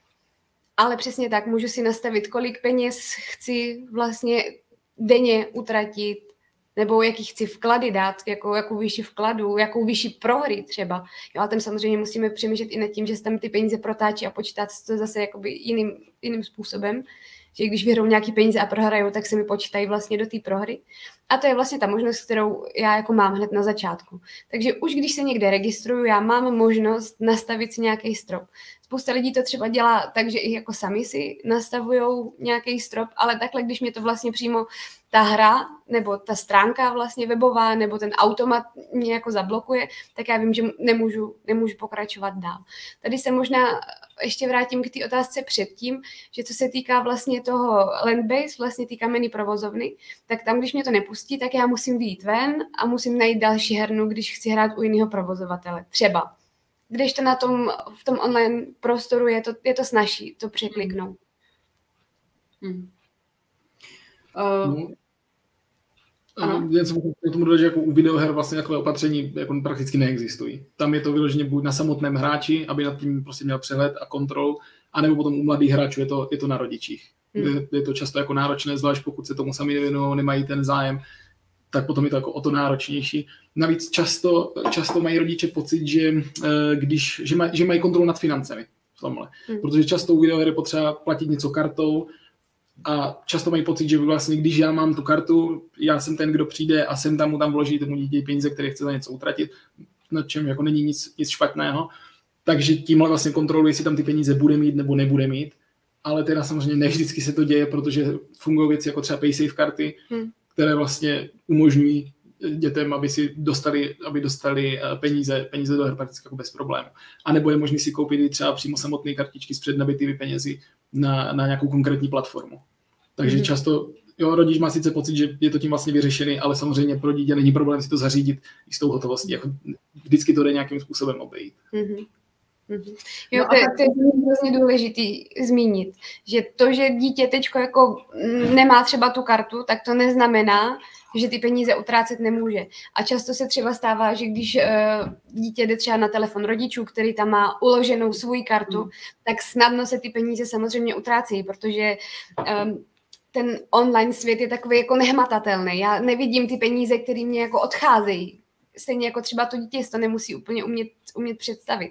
Ale přesně tak, můžu si nastavit, kolik peněz chci vlastně denně utratit, nebo jaký chci vklady dát, jako, jakou výši vkladu, jakou výši prohry třeba. Jo, a tam samozřejmě musíme přemýšlet i nad tím, že se tam ty peníze protáčí a počítat to zase jakoby jiným, jiným způsobem. Že když vyhrou nějaký peníze a prohrajou, tak se mi počítají vlastně do té prohry. A to je vlastně ta možnost, kterou já jako mám hned na začátku. Takže už když se někde registruju, já mám možnost nastavit si nějaký strop. Spousta lidí to třeba dělá tak, že i jako sami si nastavují nějaký strop, ale takhle, když mě to vlastně přímo ta hra nebo ta stránka vlastně webová nebo ten automat mě jako zablokuje, tak já vím, že nemůžu, nemůžu pokračovat dál. Tady se možná ještě vrátím k té otázce předtím, že co se týká vlastně toho landbase, vlastně té kamenné provozovny, tak tam, když mě to nepustí, tak já musím vyjít ven a musím najít další hernu, když chci hrát u jiného provozovatele. Třeba. Když to na tom, v tom online prostoru je to, je to snazší to překliknout. Hmm. Uh, no, jen jsem k tomu dodal, že jako u videoher vlastně takové opatření jako prakticky neexistují. Tam je to vyloženě buď na samotném hráči, aby nad tím prostě měl přehled a kontrolu, anebo potom u mladých hráčů je to, je to na rodičích. Hmm. Je, je to často jako náročné, zvlášť pokud se tomu sami nevěnují, nemají ten zájem, tak potom je to jako o to náročnější. Navíc často, často mají rodiče pocit, že, když, že, maj, že mají kontrolu nad financemi v tomhle. Hmm. Protože často u videoher je potřeba platit něco kartou a často mají pocit, že vlastně když já mám tu kartu, já jsem ten, kdo přijde a sem tam mu tam vloží tomu dítě peníze, které chce za něco utratit, na čem jako není nic, nic špatného. Takže tímhle vlastně kontroluji, jestli tam ty peníze bude mít nebo nebude mít. Ale teda samozřejmě ne vždycky se to děje, protože fungují věci jako třeba PaySafe karty, hmm. které vlastně umožňují dětem, aby si dostali, aby dostali peníze, peníze do her prakticky jako bez problému. A nebo je možné si koupit i třeba přímo samotné kartičky s přednabitými penězi na, na nějakou konkrétní platformu. Takže mm-hmm. často, jo, rodič má sice pocit, že je to tím vlastně vyřešený, ale samozřejmě pro dítě není problém si to zařídit i s tou hotovostí. Jako vždycky to jde nějakým způsobem obejít. Mm-hmm. Mm-hmm. Jo, no to, to je hrozně důležitý zmínit, že to, že dítě teďko jako nemá třeba tu kartu, tak to neznamená, že ty peníze utrácet nemůže. A často se třeba stává, že když uh, dítě jde třeba na telefon rodičů, který tam má uloženou svou kartu, mm. tak snadno se ty peníze samozřejmě utrácejí, protože um, ten online svět je takový jako nehmatatelný. Já nevidím ty peníze, které mě jako odcházejí. Stejně jako třeba to dítě to nemusí úplně umět, umět představit.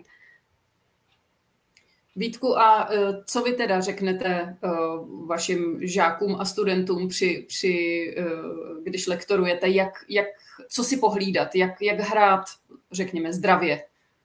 Vítku, a co vy teda řeknete uh, vašim žákům a studentům, při, při, uh, když lektorujete, jak, jak, co si pohlídat, jak, jak hrát, řekněme, zdravě?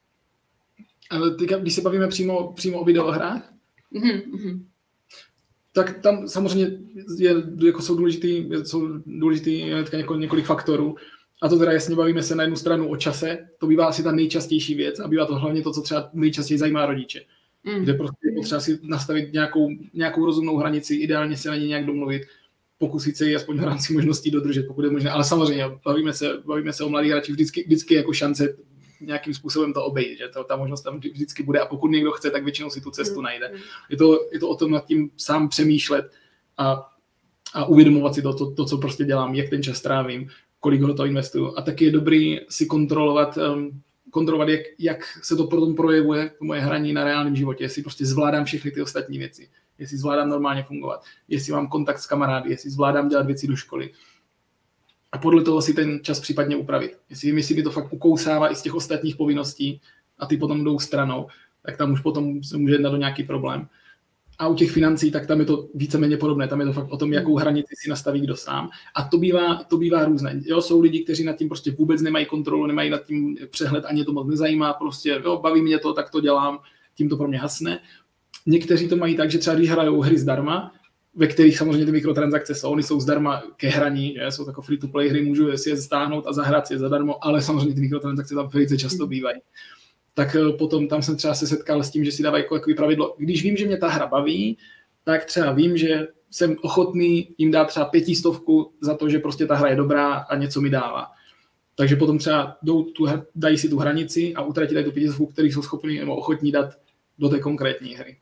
Ale teďka, když se bavíme přímo, přímo o videohrách, mm-hmm. tak tam samozřejmě je, jako jsou důležitý, jsou důležitý několik, několik faktorů. A to teda jasně bavíme se na jednu stranu o čase, to bývá asi ta nejčastější věc a bývá to hlavně to, co třeba nejčastěji zajímá rodiče. Mm. Kde prostě je potřeba si nastavit nějakou, nějakou rozumnou hranici, ideálně se na ní nějak domluvit, pokusit se ji aspoň v rámci možností dodržet, pokud je možné. Ale samozřejmě bavíme se, bavíme se o mladých hráčích, vždycky, vždycky jako šance nějakým způsobem to obejít, že to, ta možnost tam vždycky bude a pokud někdo chce, tak většinou si tu cestu najde. Je to, je to o tom nad tím sám přemýšlet a, a uvědomovat si to, to, to, co prostě dělám, jak ten čas trávím, kolik ho to investuju. A taky je dobrý si kontrolovat, um, kontrolovat jak, jak se to potom projevuje, to moje hraní na reálném životě, jestli prostě zvládám všechny ty ostatní věci, jestli zvládám normálně fungovat, jestli mám kontakt s kamarády, jestli zvládám dělat věci do školy. A podle toho si ten čas případně upravit. Jestli mi si mi to fakt ukousává i z těch ostatních povinností a ty potom jdou stranou, tak tam už potom se může jednat do nějaký problém. A u těch financí, tak tam je to víceméně podobné. Tam je to fakt o tom, jakou hranici si nastaví kdo sám. A to bývá, to bývá různé. Jo, jsou lidi, kteří nad tím prostě vůbec nemají kontrolu, nemají nad tím přehled, ani to moc nezajímá. Prostě jo, baví mě to, tak to dělám, tím to pro mě hasne. Někteří to mají tak, že třeba když hrajou hry zdarma, ve kterých samozřejmě ty mikrotransakce jsou, oni jsou zdarma ke hraní, že? Jsou takové free-to-play hry, můžu si je stáhnout a zahrát si je zadarmo, ale samozřejmě ty mikrotransakce tam velice často bývají. Tak potom tam jsem třeba se setkal s tím, že si dávají jako takový pravidlo. Když vím, že mě ta hra baví, tak třeba vím, že jsem ochotný jim dát třeba pětistovku za to, že prostě ta hra je dobrá a něco mi dává. Takže potom třeba jdou tu, dají si tu hranici a utratí tu pětistovku, který jsou schopni nebo ochotní dát do té konkrétní hry.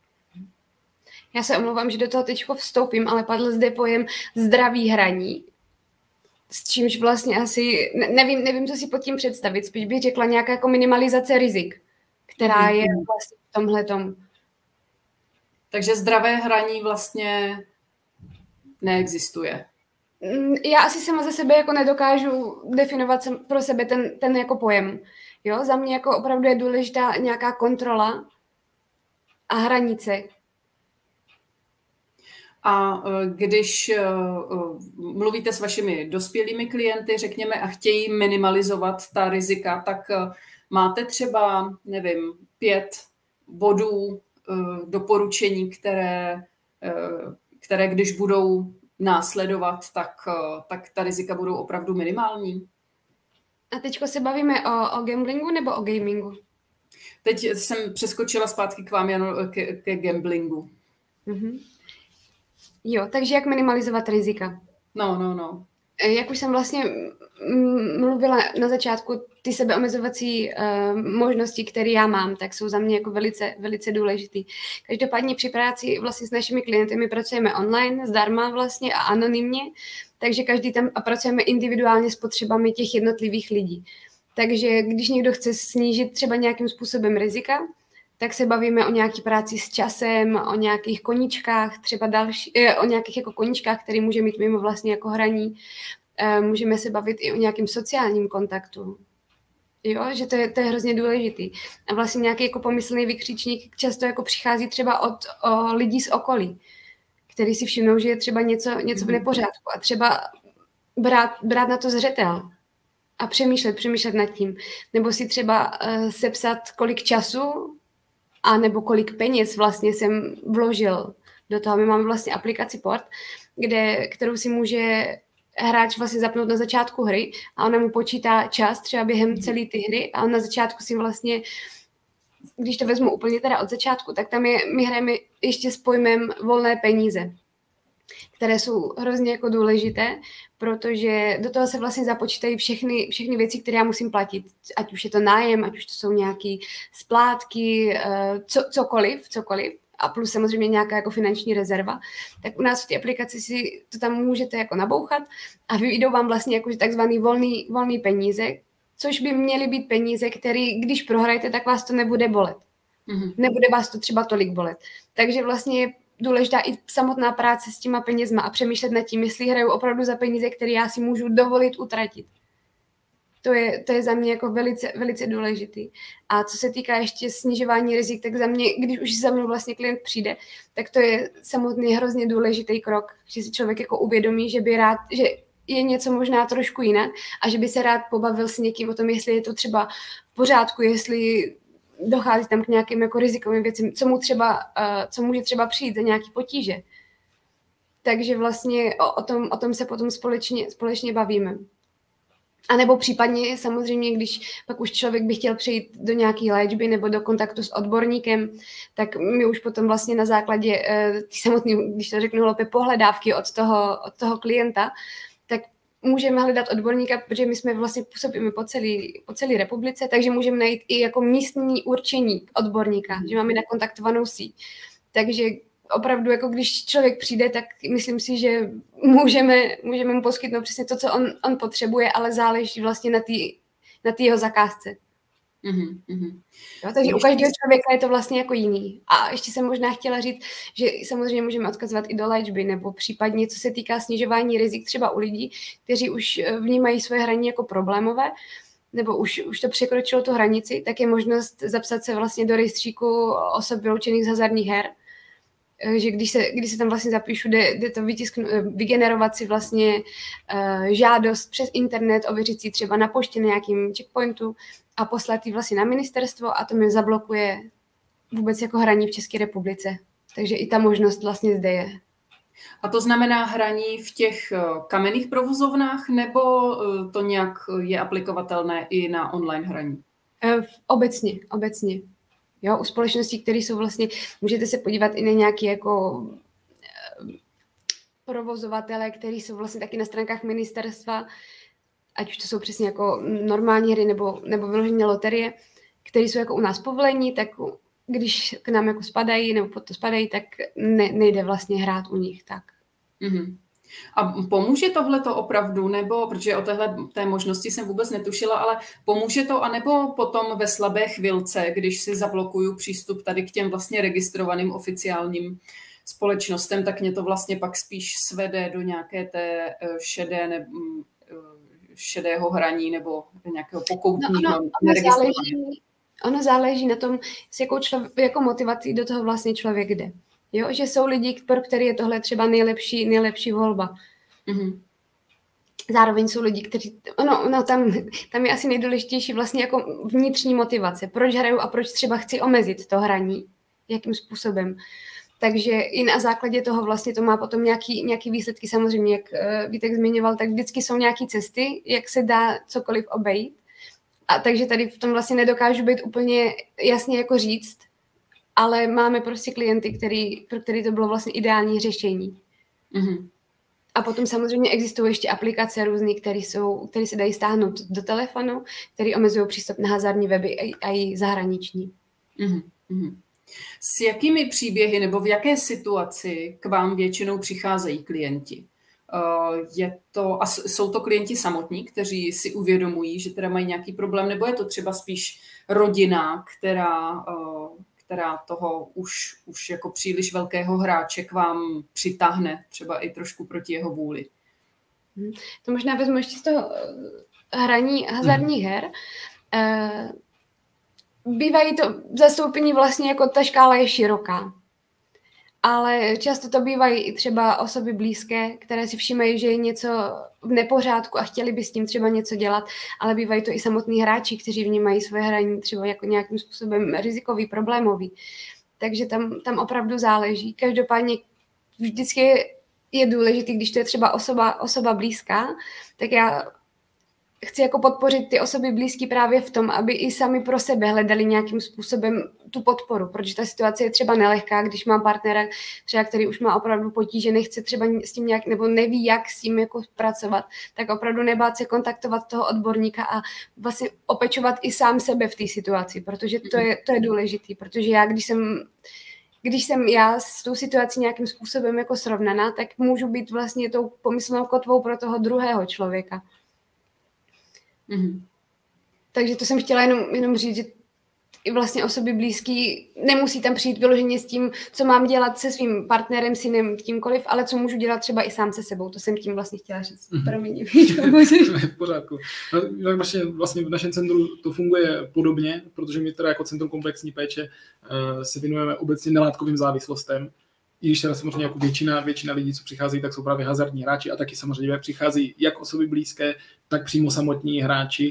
Já se omlouvám, že do toho teďko vstoupím, ale padl zde pojem zdravý hraní. S čímž vlastně asi, nevím, nevím, co si pod tím představit, spíš bych řekla nějaká jako minimalizace rizik, která je vlastně v tomhletom. Takže zdravé hraní vlastně neexistuje. Já asi sama za sebe jako nedokážu definovat pro sebe ten, ten jako pojem. Jo? Za mě jako opravdu je důležitá nějaká kontrola a hranice. A když mluvíte s vašimi dospělými klienty, řekněme, a chtějí minimalizovat ta rizika, tak máte třeba, nevím, pět bodů doporučení, které, které když budou následovat, tak, tak ta rizika budou opravdu minimální? A teďko se bavíme o, o gamblingu nebo o gamingu? Teď jsem přeskočila zpátky k vám, Jano, ke, ke gamblingu. Mhm. Jo, takže jak minimalizovat rizika? No, no, no. Jak už jsem vlastně mluvila na začátku, ty sebeomezovací uh, možnosti, které já mám, tak jsou za mě jako velice, velice důležitý. Každopádně při práci vlastně s našimi klienty my pracujeme online, zdarma vlastně a anonymně, takže každý tam a pracujeme individuálně s potřebami těch jednotlivých lidí. Takže když někdo chce snížit třeba nějakým způsobem rizika, tak se bavíme o nějaký práci s časem, o nějakých koníčkách, třeba další, o nějakých jako koníčkách, které může mít mimo vlastně jako hraní. Můžeme se bavit i o nějakém sociálním kontaktu. Jo, že to je, to je hrozně důležitý. A vlastně nějaký jako pomyslný vykřičník často jako přichází třeba od o lidí z okolí, který si všimnou, že je třeba něco, něco v nepořádku a třeba brát, brát na to zřetel a přemýšlet, přemýšlet nad tím. Nebo si třeba uh, sepsat, kolik času a nebo kolik peněz vlastně jsem vložil do toho. My máme vlastně aplikaci Port, kde, kterou si může hráč vlastně zapnout na začátku hry a ona mu počítá čas třeba během celé ty hry a on na začátku si vlastně, když to vezmu úplně teda od začátku, tak tam je, my hrajeme ještě s pojmem volné peníze, které jsou hrozně jako důležité, protože do toho se vlastně započítají všechny, všechny věci, které já musím platit. Ať už je to nájem, ať už to jsou nějaké splátky, co, cokoliv, cokoliv. a plus samozřejmě nějaká jako finanční rezerva, tak u nás v té aplikaci si to tam můžete jako nabouchat a vyjdou vám vlastně jako takzvaný volný, volný peníze, což by měly být peníze, které, když prohrajete, tak vás to nebude bolet. Mm-hmm. Nebude vás to třeba tolik bolet. Takže vlastně je důležitá i samotná práce s těma penězma a přemýšlet nad tím, jestli hraju opravdu za peníze, které já si můžu dovolit utratit. To je, to je za mě jako velice, velice důležitý. A co se týká ještě snižování rizik, tak za mě, když už za mnou vlastně klient přijde, tak to je samotný hrozně důležitý krok, že si člověk jako uvědomí, že by rád, že je něco možná trošku jinak a že by se rád pobavil s někým o tom, jestli je to třeba v pořádku, jestli dochází tam k nějakým jako rizikovým věcem, co mu třeba, uh, co může třeba přijít za nějaký potíže. Takže vlastně o, o, tom, o tom se potom společně, společně bavíme. A nebo případně samozřejmě, když pak už člověk by chtěl přejít do nějaké léčby nebo do kontaktu s odborníkem, tak my už potom vlastně na základě uh, samotný, když to řeknu hloupě, pohledávky od toho, od toho klienta, tak můžeme hledat odborníka, protože my jsme vlastně působíme po celé po celé republice, takže můžeme najít i jako místní určení odborníka, že máme nakontaktovanou síť. Takže opravdu, jako když člověk přijde, tak myslím si, že můžeme, můžeme mu poskytnout přesně to, co on, on potřebuje, ale záleží vlastně na té na té jeho zakázce. Mm-hmm. Jo, takže u každého člověka je to vlastně jako jiný. A ještě jsem možná chtěla říct, že samozřejmě můžeme odkazovat i do léčby, nebo případně, co se týká snižování rizik třeba u lidí, kteří už vnímají svoje hraní jako problémové, nebo už, už to překročilo tu hranici, tak je možnost zapsat se vlastně do rejstříku osob vyloučených z hazardních her, že když se, když se tam vlastně zapíšu, jde, jde to vytisknout, vygenerovat si vlastně uh, žádost přes internet, ověřit si třeba na poště na nějakým checkpointu a poslat ji vlastně na ministerstvo a to mi zablokuje vůbec jako hraní v České republice. Takže i ta možnost vlastně zde je. A to znamená hraní v těch kamenných provozovnách, nebo to nějak je aplikovatelné i na online hraní? Obecně, obecně. Jo, u společností, které jsou vlastně, můžete se podívat i na nějaké jako provozovatele, který jsou vlastně taky na stránkách ministerstva, ať už to jsou přesně jako normální hry nebo, nebo vyloženě loterie, které jsou jako u nás povolení, tak když k nám jako spadají nebo pod to spadají, tak ne, nejde vlastně hrát u nich tak. Mm-hmm. A pomůže tohleto opravdu, nebo, protože o téhle té možnosti jsem vůbec netušila, ale pomůže to, anebo potom ve slabé chvilce, když si zablokuju přístup tady k těm vlastně registrovaným oficiálním společnostem, tak mě to vlastně pak spíš svede do nějaké té šedé ne, šedého hraní nebo nějakého pokoutního. No, ono, ono, záleží, ono záleží na tom, s jakou, člověk, jakou motivací do toho vlastně člověk jde. Jo, že jsou lidi, pro které je tohle třeba nejlepší, nejlepší volba. Mm-hmm. Zároveň jsou lidi, kteří, ono, ono tam, tam je asi nejdůležitější vlastně jako vnitřní motivace. Proč hraju a proč třeba chci omezit to hraní, jakým způsobem. Takže i na základě toho vlastně to má potom nějaký, nějaký výsledky. Samozřejmě, jak Vítek zmiňoval, tak vždycky jsou nějaké cesty, jak se dá cokoliv obejít. A takže tady v tom vlastně nedokážu být úplně jasně jako říct, ale máme prostě klienty, který, pro který to bylo vlastně ideální řešení. Mm-hmm. A potom samozřejmě existují ještě aplikace různé, které jsou, které se dají stáhnout do telefonu, které omezují přístup na hazardní weby a, a i zahraniční. Mm-hmm. S jakými příběhy nebo v jaké situaci k vám většinou přicházejí klienti? Je to, a jsou to klienti samotní, kteří si uvědomují, že teda mají nějaký problém, nebo je to třeba spíš rodina, která... která toho už, už jako příliš velkého hráče k vám přitáhne, třeba i trošku proti jeho vůli. To možná vezmu ještě z toho hraní hazardních her. Bývají to zastoupení vlastně jako ta škála je široká. Ale často to bývají i třeba osoby blízké, které si všímají, že je něco v nepořádku a chtěli by s tím třeba něco dělat, ale bývají to i samotní hráči, kteří vnímají svoje hraní třeba jako nějakým způsobem rizikový, problémový. Takže tam, tam opravdu záleží. Každopádně vždycky je, je důležité, když to je třeba osoba, osoba blízká, tak já chci jako podpořit ty osoby blízké právě v tom, aby i sami pro sebe hledali nějakým způsobem tu podporu, protože ta situace je třeba nelehká, když mám partnera, třeba, který už má opravdu potíže, nechce třeba s tím nějak, nebo neví, jak s tím jako pracovat, tak opravdu nebát se kontaktovat toho odborníka a vlastně opečovat i sám sebe v té situaci, protože to je, to je důležitý, protože já, když jsem když jsem já s tou situací nějakým způsobem jako srovnaná, tak můžu být vlastně tou pomyslnou kotvou pro toho druhého člověka. Mm-hmm. Takže to jsem chtěla jenom, jenom říct, že i vlastně osoby blízký nemusí tam přijít vyloženě s tím, co mám dělat se svým partnerem, synem, tímkoliv, ale co můžu dělat třeba i sám se sebou. To jsem tím vlastně chtěla říct. Mm-hmm. Promiň. V pořádku. No, vlastně, vlastně v našem centru to funguje podobně, protože my teda jako Centrum komplexní péče uh, se věnujeme obecně nelátkovým závislostem. I když teda samozřejmě jako většina, většina lidí, co přichází, tak jsou právě hazardní hráči a taky samozřejmě přichází jak osoby blízké, tak přímo samotní hráči.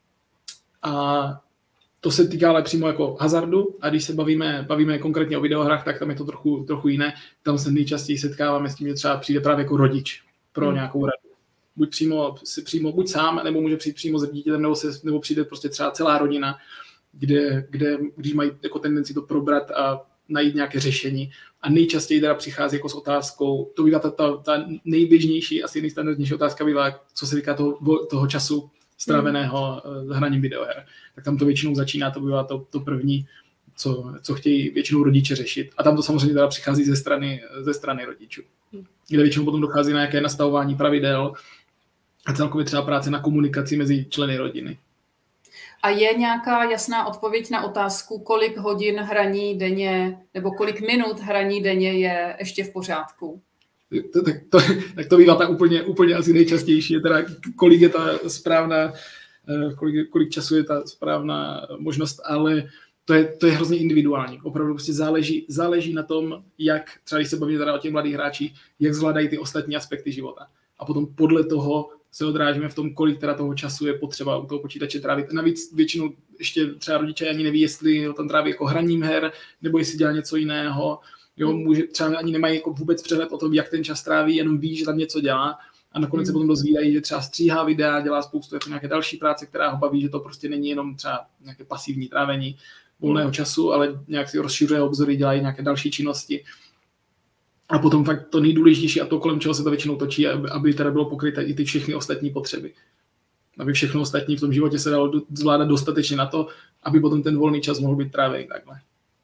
A to se týká ale přímo jako hazardu a když se bavíme, bavíme konkrétně o videohrách, tak tam je to trochu, trochu jiné. Tam se nejčastěji setkáváme s tím, že třeba přijde právě jako rodič pro hmm. nějakou radu. Buď přímo, přímo buď sám, nebo může přijít přímo s dítětem, nebo, se, nebo přijde prostě třeba celá rodina, kde, kde když mají jako tendenci to probrat a najít nějaké řešení. A nejčastěji teda přichází jako s otázkou, to bývá ta, ta, ta nejběžnější, asi nejstandardnější otázka bývá, co se týká toho, toho času stráveného hmm. hraním videoher. Tak tam to většinou začíná, to bývá to, to první, co, co chtějí většinou rodiče řešit. A tam to samozřejmě teda přichází ze strany, ze strany rodičů. Kde většinou potom dochází na nějaké nastavování pravidel a celkově třeba práce na komunikaci mezi členy rodiny. A je nějaká jasná odpověď na otázku, kolik hodin hraní denně, nebo kolik minut hraní denně je ještě v pořádku? To, tak, to, tak to bývá tak úplně, úplně asi nejčastější, je teda kolik je ta správná, kolik, kolik času je ta správná možnost, ale to je, to je hrozně individuální. Opravdu prostě záleží, záleží na tom, jak, třeba když se bavíme teda o těch mladých hráčích, jak zvládají ty ostatní aspekty života. A potom podle toho se odrážíme v tom, kolik teda toho času je potřeba u toho počítače trávit. Navíc většinou ještě třeba rodiče ani neví, jestli ho tam tráví jako hraním her, nebo jestli dělá něco jiného. Jo, může, třeba ani nemají jako vůbec přehled o tom, jak ten čas tráví, jenom ví, že tam něco dělá a nakonec mm. se potom dozvídají, že třeba stříhá videa, dělá spoustu jako nějaké další práce, která ho baví, že to prostě není jenom třeba nějaké pasivní trávení volného času, ale nějak si rozšiřuje obzory, dělají nějaké další činnosti. A potom fakt to nejdůležitější a to, kolem čeho se to většinou točí, aby, aby teda bylo pokryté i ty všechny ostatní potřeby. Aby všechno ostatní v tom životě se dalo zvládat dostatečně na to, aby potom ten volný čas mohl být trávený takhle.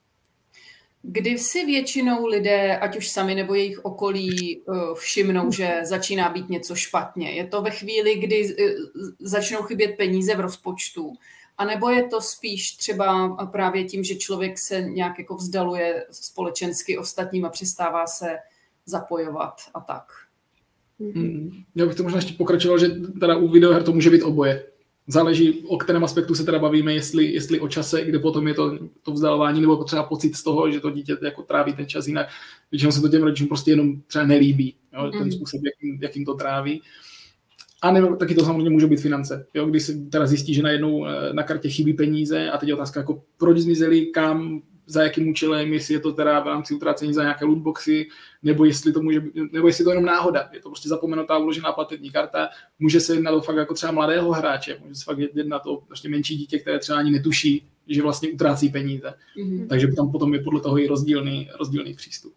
Kdy si většinou lidé, ať už sami nebo jejich okolí, všimnou, že začíná být něco špatně? Je to ve chvíli, kdy začnou chybět peníze v rozpočtu? A nebo je to spíš třeba právě tím, že člověk se nějak jako vzdaluje společensky ostatním a přestává se zapojovat a tak? Hmm. Já bych to možná ještě pokračoval, že teda u videoher to může být oboje. Záleží, o kterém aspektu se teda bavíme, jestli, jestli o čase, kde potom je to, to vzdalování, nebo třeba pocit z toho, že to dítě jako tráví ten čas jinak. Většinou se to těm rodičům prostě jenom třeba nelíbí, jo, ten způsob, jakým, jakým to tráví. A nebo taky to samozřejmě může být finance. Jo, když se teda zjistí, že najednou na kartě chybí peníze a teď je otázka, jako proč zmizely, kam, za jakým účelem, jestli je to teda v rámci utrácení za nějaké lootboxy, nebo jestli to může, nebo jestli to je jenom náhoda. Je to prostě zapomenutá uložená platební karta, může se jednat o fakt jako třeba mladého hráče, může se fakt jednat o prostě menší dítě, které třeba ani netuší, že vlastně utrácí peníze. Mm-hmm. Takže tam potom je podle toho i rozdílný, rozdílný přístup.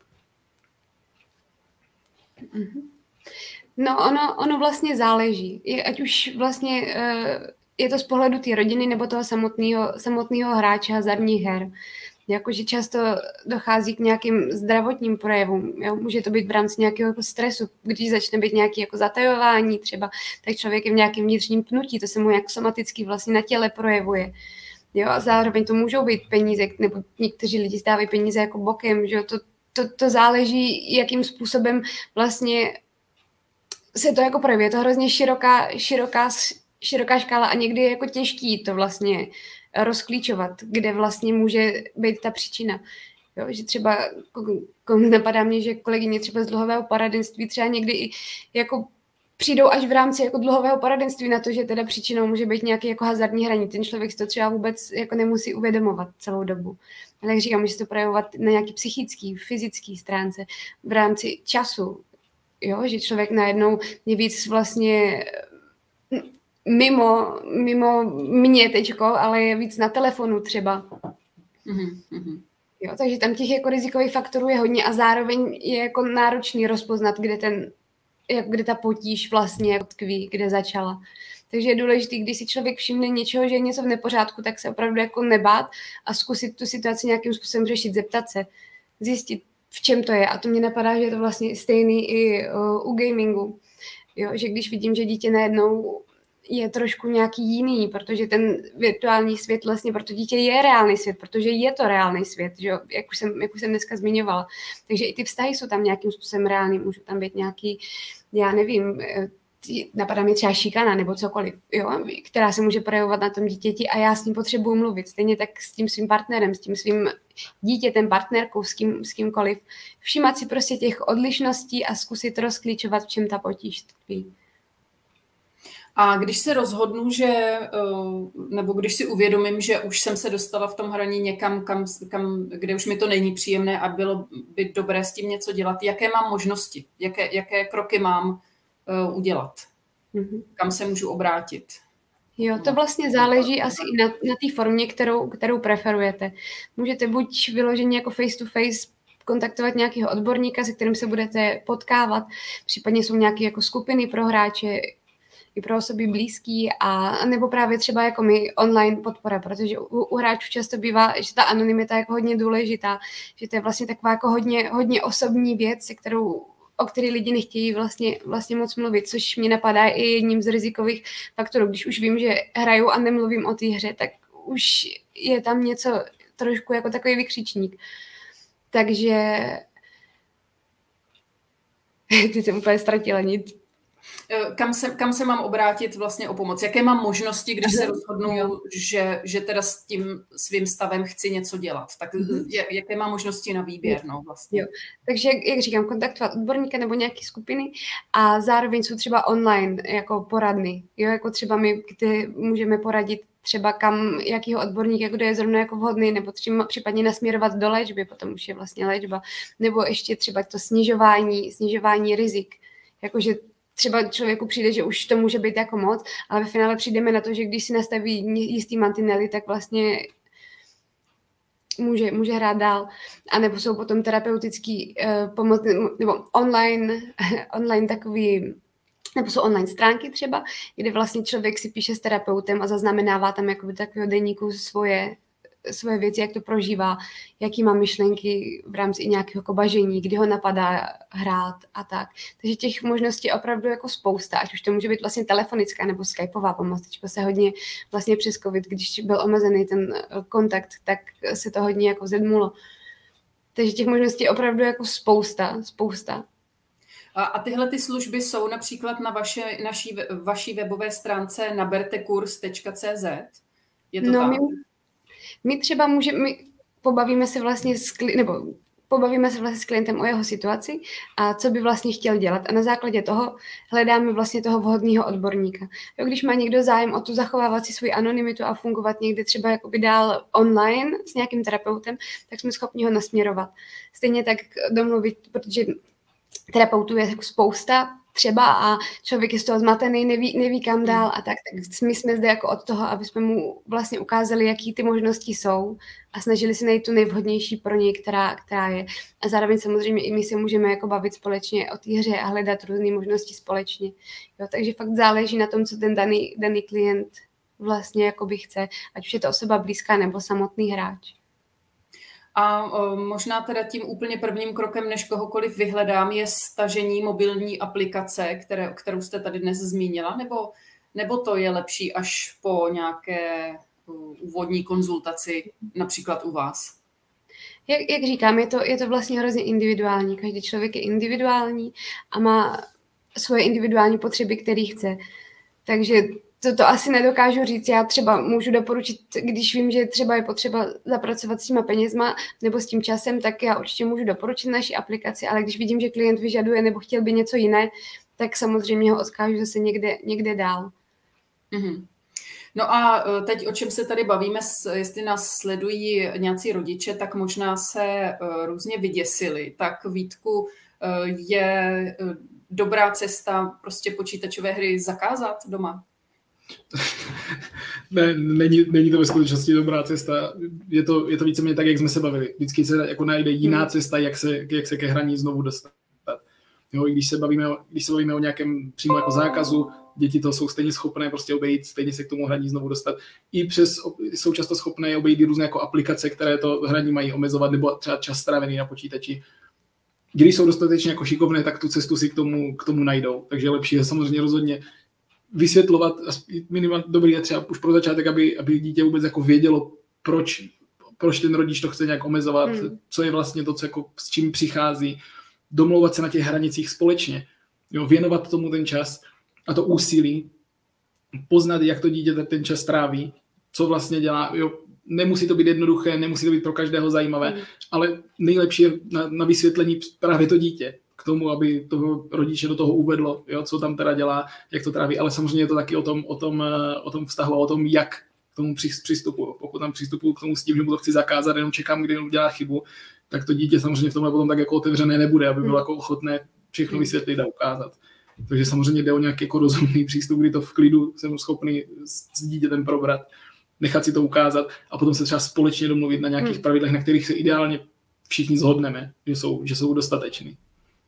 Mm-hmm. No ono, ono vlastně záleží. Je, ať už vlastně uh, je to z pohledu té rodiny nebo toho samotného, samotného hráče hazardních her. Jakože často dochází k nějakým zdravotním projevům. Jo? Může to být v rámci nějakého jako stresu. Když začne být nějaké jako zatajování třeba, tak člověk je v nějakém vnitřním pnutí. To se mu jak somaticky vlastně na těle projevuje. Jo? A zároveň to můžou být peníze, nebo někteří lidi stávají peníze jako bokem. Že? To, to, to záleží, jakým způsobem vlastně se to jako projevuje. Je to hrozně široká, široká, široká škála a někdy je jako těžký to vlastně rozklíčovat, kde vlastně může být ta příčina. Jo, že třeba napadá mě, že kolegyně třeba z dluhového poradenství třeba někdy i jako přijdou až v rámci jako dluhového poradenství na to, že teda příčinou může být nějaký jako hazardní hraní. Ten člověk si to třeba vůbec jako nemusí uvědomovat celou dobu. Ale jak říkám, může se to projevovat na nějaký psychický, fyzický stránce v rámci času. Jo, že člověk najednou je víc vlastně mimo, mimo mě teďko, ale je víc na telefonu třeba. Mm-hmm. Jo, takže tam těch jako rizikových faktorů je hodně a zároveň je jako náročný rozpoznat, kde, ten, jak, kde ta potíž vlastně tkví, kde začala. Takže je důležité, když si člověk všimne něčeho, že je něco v nepořádku, tak se opravdu jako nebát a zkusit tu situaci nějakým způsobem řešit, zeptat se. zjistit, v čem to je. A to mě napadá, že je to vlastně stejný i uh, u gamingu. Jo, že když vidím, že dítě najednou je trošku nějaký jiný, protože ten virtuální svět vlastně pro to dítě je reálný svět, protože je to reálný svět, že jo? Jak už jsem, jak už jsem dneska zmiňovala. Takže i ty vztahy jsou tam nějakým způsobem reální, můžou tam být nějaký, já nevím, napadá mi třeba šikana nebo cokoliv, jo? Která se může projevovat na tom dítěti a já s ním potřebuji mluvit. Stejně tak s tím svým partnerem, s tím svým dítětem, partnerkou, s, kým, s kýmkoliv. Všímat si prostě těch odlišností a zkusit rozklíčovat, v čem ta potíž tkví. A když se rozhodnu, že, nebo když si uvědomím, že už jsem se dostala v tom hraní někam, kam, kam, kde už mi to není příjemné a bylo by dobré s tím něco dělat, jaké mám možnosti, jaké, jaké kroky mám udělat, mm-hmm. kam se můžu obrátit? Jo, to vlastně záleží asi i na, na té formě, kterou, kterou preferujete. Můžete buď vyloženě jako face to face kontaktovat nějakého odborníka, se kterým se budete potkávat, případně jsou nějaké jako skupiny pro hráče, i pro osoby blízký, a nebo právě třeba jako my online podpora, protože u, u hráčů často bývá, že ta anonymita je jako hodně důležitá, že to je vlastně taková jako hodně, hodně osobní věc, se kterou, o který lidi nechtějí vlastně, vlastně moc mluvit, což mě napadá i jedním z rizikových faktorů. Když už vím, že hraju a nemluvím o té hře, tak už je tam něco trošku jako takový vykřičník. Takže ty jsem úplně ztratila nic. Kam se, kam se mám obrátit vlastně o pomoc? Jaké mám možnosti, když se rozhodnu, že, že teda s tím svým stavem chci něco dělat? Tak jaké mám možnosti na výběr? No, vlastně? Jo. Takže, jak říkám, kontaktovat odborníka nebo nějaké skupiny a zároveň jsou třeba online jako poradny. Jo, jako třeba my, kde můžeme poradit třeba kam, jakýho odborníka, kdo je zrovna jako vhodný, nebo třeba případně nasměrovat do léčby, potom už je vlastně léčba, nebo ještě třeba to snižování, snižování rizik. Jakože třeba člověku přijde, že už to může být jako moc, ale ve finále přijdeme na to, že když si nastaví jistý mantinely, tak vlastně může, může hrát dál. A nebo jsou potom terapeutický uh, pomoc, nebo online, online takový, nebo jsou online stránky třeba, kde vlastně člověk si píše s terapeutem a zaznamenává tam jakoby takového deníku svoje, svoje věci, jak to prožívá, jaký má myšlenky v rámci i nějakého jako bažení, kdy ho napadá hrát a tak. Takže těch možností je opravdu jako spousta, ať už to může být vlastně telefonická nebo skypová pomoc. Teďko se hodně vlastně přes covid, když byl omezený ten kontakt, tak se to hodně jako zedmulo. Takže těch možností je opravdu jako spousta, spousta. A, a tyhle ty služby jsou například na vaše, naší, vaší webové stránce nabertekurs tečka cé zet? Je to no, tak? My... My třeba můžeme, my pobavíme se vlastně s, nebo pobavíme se vlastně s klientem o jeho situaci a co by vlastně chtěl dělat. A na základě toho hledáme vlastně toho vhodného odborníka. Jo, když má někdo zájem o tu zachovávat si svou anonymitu a fungovat někde třeba jakoby dál online s nějakým terapeutem, tak jsme schopni ho nasměrovat. Stejně tak domluvit, protože terapeutů je spousta, třeba a člověk je z toho zmatený, neví, neví kam dál a tak, tak my jsme zde jako od toho, aby jsme mu vlastně ukázali, jaký ty možnosti jsou a snažili se najít tu nejvhodnější pro něj, která, která je. A zároveň samozřejmě i my se můžeme jako bavit společně o té hře a hledat různé možnosti společně. Jo, takže fakt záleží na tom, co ten daný, daný klient vlastně jakoby chce, ať už je to osoba blízká nebo samotný hráč. A o, možná teda tím úplně prvním krokem, než kohokoliv vyhledám, je stažení mobilní aplikace, které, kterou jste tady dnes zmínila, nebo, nebo to je lepší až po nějaké uh, úvodní konzultaci, například u vás? Jak, jak říkám, je to, je to vlastně hrozně individuální. Každý člověk je individuální a má svoje individuální potřeby, které chce. Takže to, to asi nedokážu říct. Já třeba můžu doporučit, když vím, že třeba je potřeba zapracovat s těma penězma nebo s tím časem, tak já určitě můžu doporučit naši aplikaci, ale když vidím, že klient vyžaduje nebo chtěl by něco jiné, tak samozřejmě ho odkážu zase někde, někde dál. Mm-hmm. No a teď, o čem se tady bavíme, jestli nás sledují nějací rodiče, tak možná se různě vyděsili. Tak Vítku, je dobrá cesta prostě počítačové hry zakázat doma? Ne, není, není to ve skutečnosti dobrá cesta. Je to, je to víceméně tak, jak jsme se bavili. Vždycky se jako najde jiná hmm. cesta, jak se, jak se ke hraní znovu dostat. Jo, i když se bavíme o, když se bavíme o nějakém přímo jako zákazu, děti to jsou stejně schopné prostě obejít, stejně se k tomu hraní znovu dostat. I přes, jsou často schopné obejít různé jako aplikace, které to hraní mají omezovat, nebo třeba čas strávený na počítači. Když jsou dostatečně jako šikovné, tak tu cestu si k tomu, k tomu najdou. Takže lepší je samozřejmě rozhodně vysvětlovat, minimálně dobrý je třeba už pro začátek, aby, aby dítě vůbec jako vědělo, proč, proč ten rodič to chce nějak omezovat, hmm. co je vlastně to, co jako, s čím přichází, domlouvat se na těch hranicích společně, jo, věnovat tomu ten čas a to úsilí, poznat, jak to dítě ten čas tráví, co vlastně dělá, jo, nemusí to být jednoduché, nemusí to být pro každého zajímavé, hmm. ale nejlepší je na, na vysvětlení právě to dítě, k tomu, aby toho rodiče do toho uvedlo, jo, co tam teda dělá, jak to tráví, ale samozřejmě je to taky o tom, o tom, o tom vztahu, o tom, jak k tomu přistupuju. Pokud tam přistupuju k tomu s tím, že mu to chci zakázat, jenom čekám, kdy udělá chybu, tak to dítě samozřejmě v tomhle potom tak jako otevřené nebude, aby bylo jako ochotné všechno vysvětlit a ukázat. Takže samozřejmě jde o nějaký jako rozumný přístup, kdy to v klidu jsem schopný s dítětem probrat, nechat si to ukázat a potom se třeba společně domluvit na nějakých pravidlech, na kterých se ideálně všichni shodneme, že jsou, že jsou dostateční.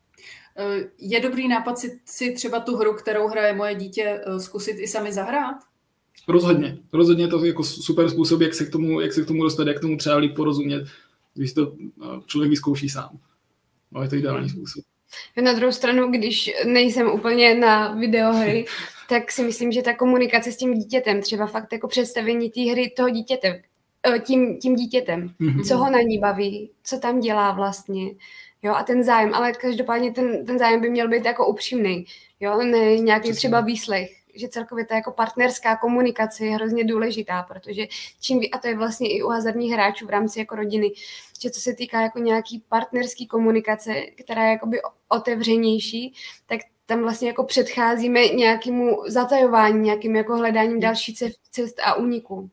Je dobrý nápad si, si třeba tu hru, kterou hraje moje dítě, zkusit i sami zahrát? Rozhodně. Rozhodně je to jako super způsob, jak se k tomu, jak se k tomu dostat, jak tomu třeba líp porozumět, když to člověk vyzkouší sám. No, je to ideální způsob. Na druhou stranu, když nejsem úplně na videohry, tak si myslím, že ta komunikace s tím dítětem, třeba fakt jako představení té hry toho dítěte, tím, tím dítětem, mm-hmm. co ho na ní baví, co tam dělá vlastně, jo, a ten zájem, ale každopádně ten, ten zájem by měl být jako upřímný, jo, ne nějaký třeba výslech, že celkově ta jako partnerská komunikace je hrozně důležitá, protože čím, a to je vlastně i u hazardních hráčů v rámci jako rodiny, že co se týká jako nějaký partnerský komunikace, která je jakoby otevřenější, tak tam vlastně jako předcházíme nějakému zatajování, nějakým jako hledáním další cest a úniku.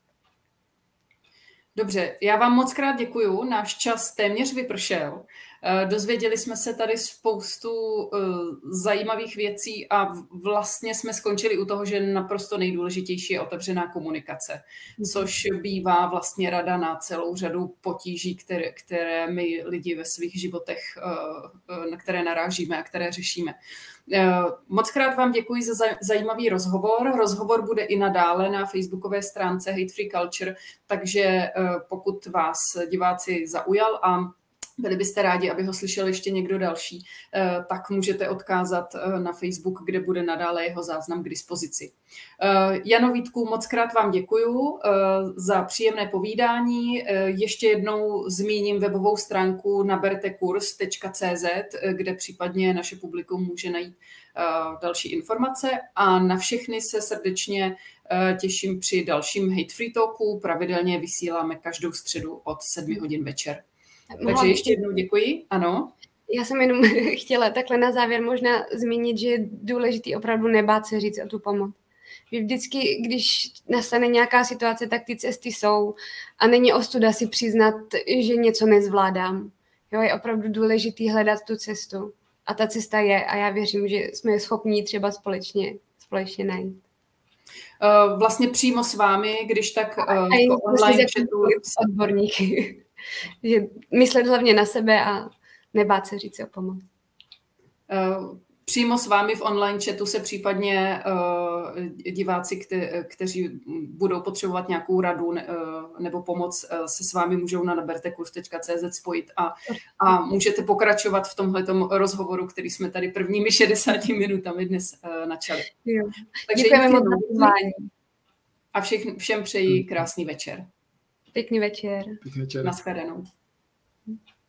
Dobře, já vám moc krát děkuju, náš čas téměř vypršel. Dozvěděli jsme se tady spoustu zajímavých věcí a vlastně jsme skončili u toho, že naprosto nejdůležitější je otevřená komunikace, což bývá vlastně rada na celou řadu potíží, které, které my lidi ve svých životech, na které narážíme a které řešíme. Moc krát vám děkuji za zajímavý rozhovor. Rozhovor bude i nadále na facebookové stránce Hate Free Culture, takže pokud vás diváci zaujal a byli byste rádi, aby ho slyšel ještě někdo další, tak můžete odkázat na Facebook, kde bude nadále jeho záznam k dispozici. Jano Vítku, moc krát vám děkuju za příjemné povídání. Ještě jednou zmíním webovou stránku nabertekurs tečka cé zet, kde případně naše publikum může najít další informace a na všechny se srdečně těším při dalším Hate Free Talku. Pravidelně vysíláme každou středu od sedmi hodin večer. Takže ještě jednou děkuji, ano. Já jsem jenom chtěla takhle na závěr možná zmínit, že je důležitý opravdu nebát se říct o tu pomoc. Vždycky, když nastane nějaká situace, tak ty cesty jsou a není ostuda si přiznat, že něco nezvládám. Jo, je opravdu důležitý hledat tu cestu. A ta cesta je a já věřím, že jsme schopni třeba společně, společně najít. Vlastně přímo s vámi, když tak a uh, online chatu odborníky. Že myslet hlavně na sebe a nebát se říct o pomoc. Uh, přímo s vámi v online chatu se případně uh, diváci, kte, kteří budou potřebovat nějakou radu uh, nebo pomoc, uh, se s vámi můžou na nabertekurs tečka cé zet spojit a, a můžete pokračovat v tomhletom rozhovoru, který jsme tady prvními šedesáti minutami dnes uh, načali. Jo. Takže děkujeme moc za pozvání. A všech, všem přeji krásný večer. Pěkný večer. Pěkný večer. Naschledanou.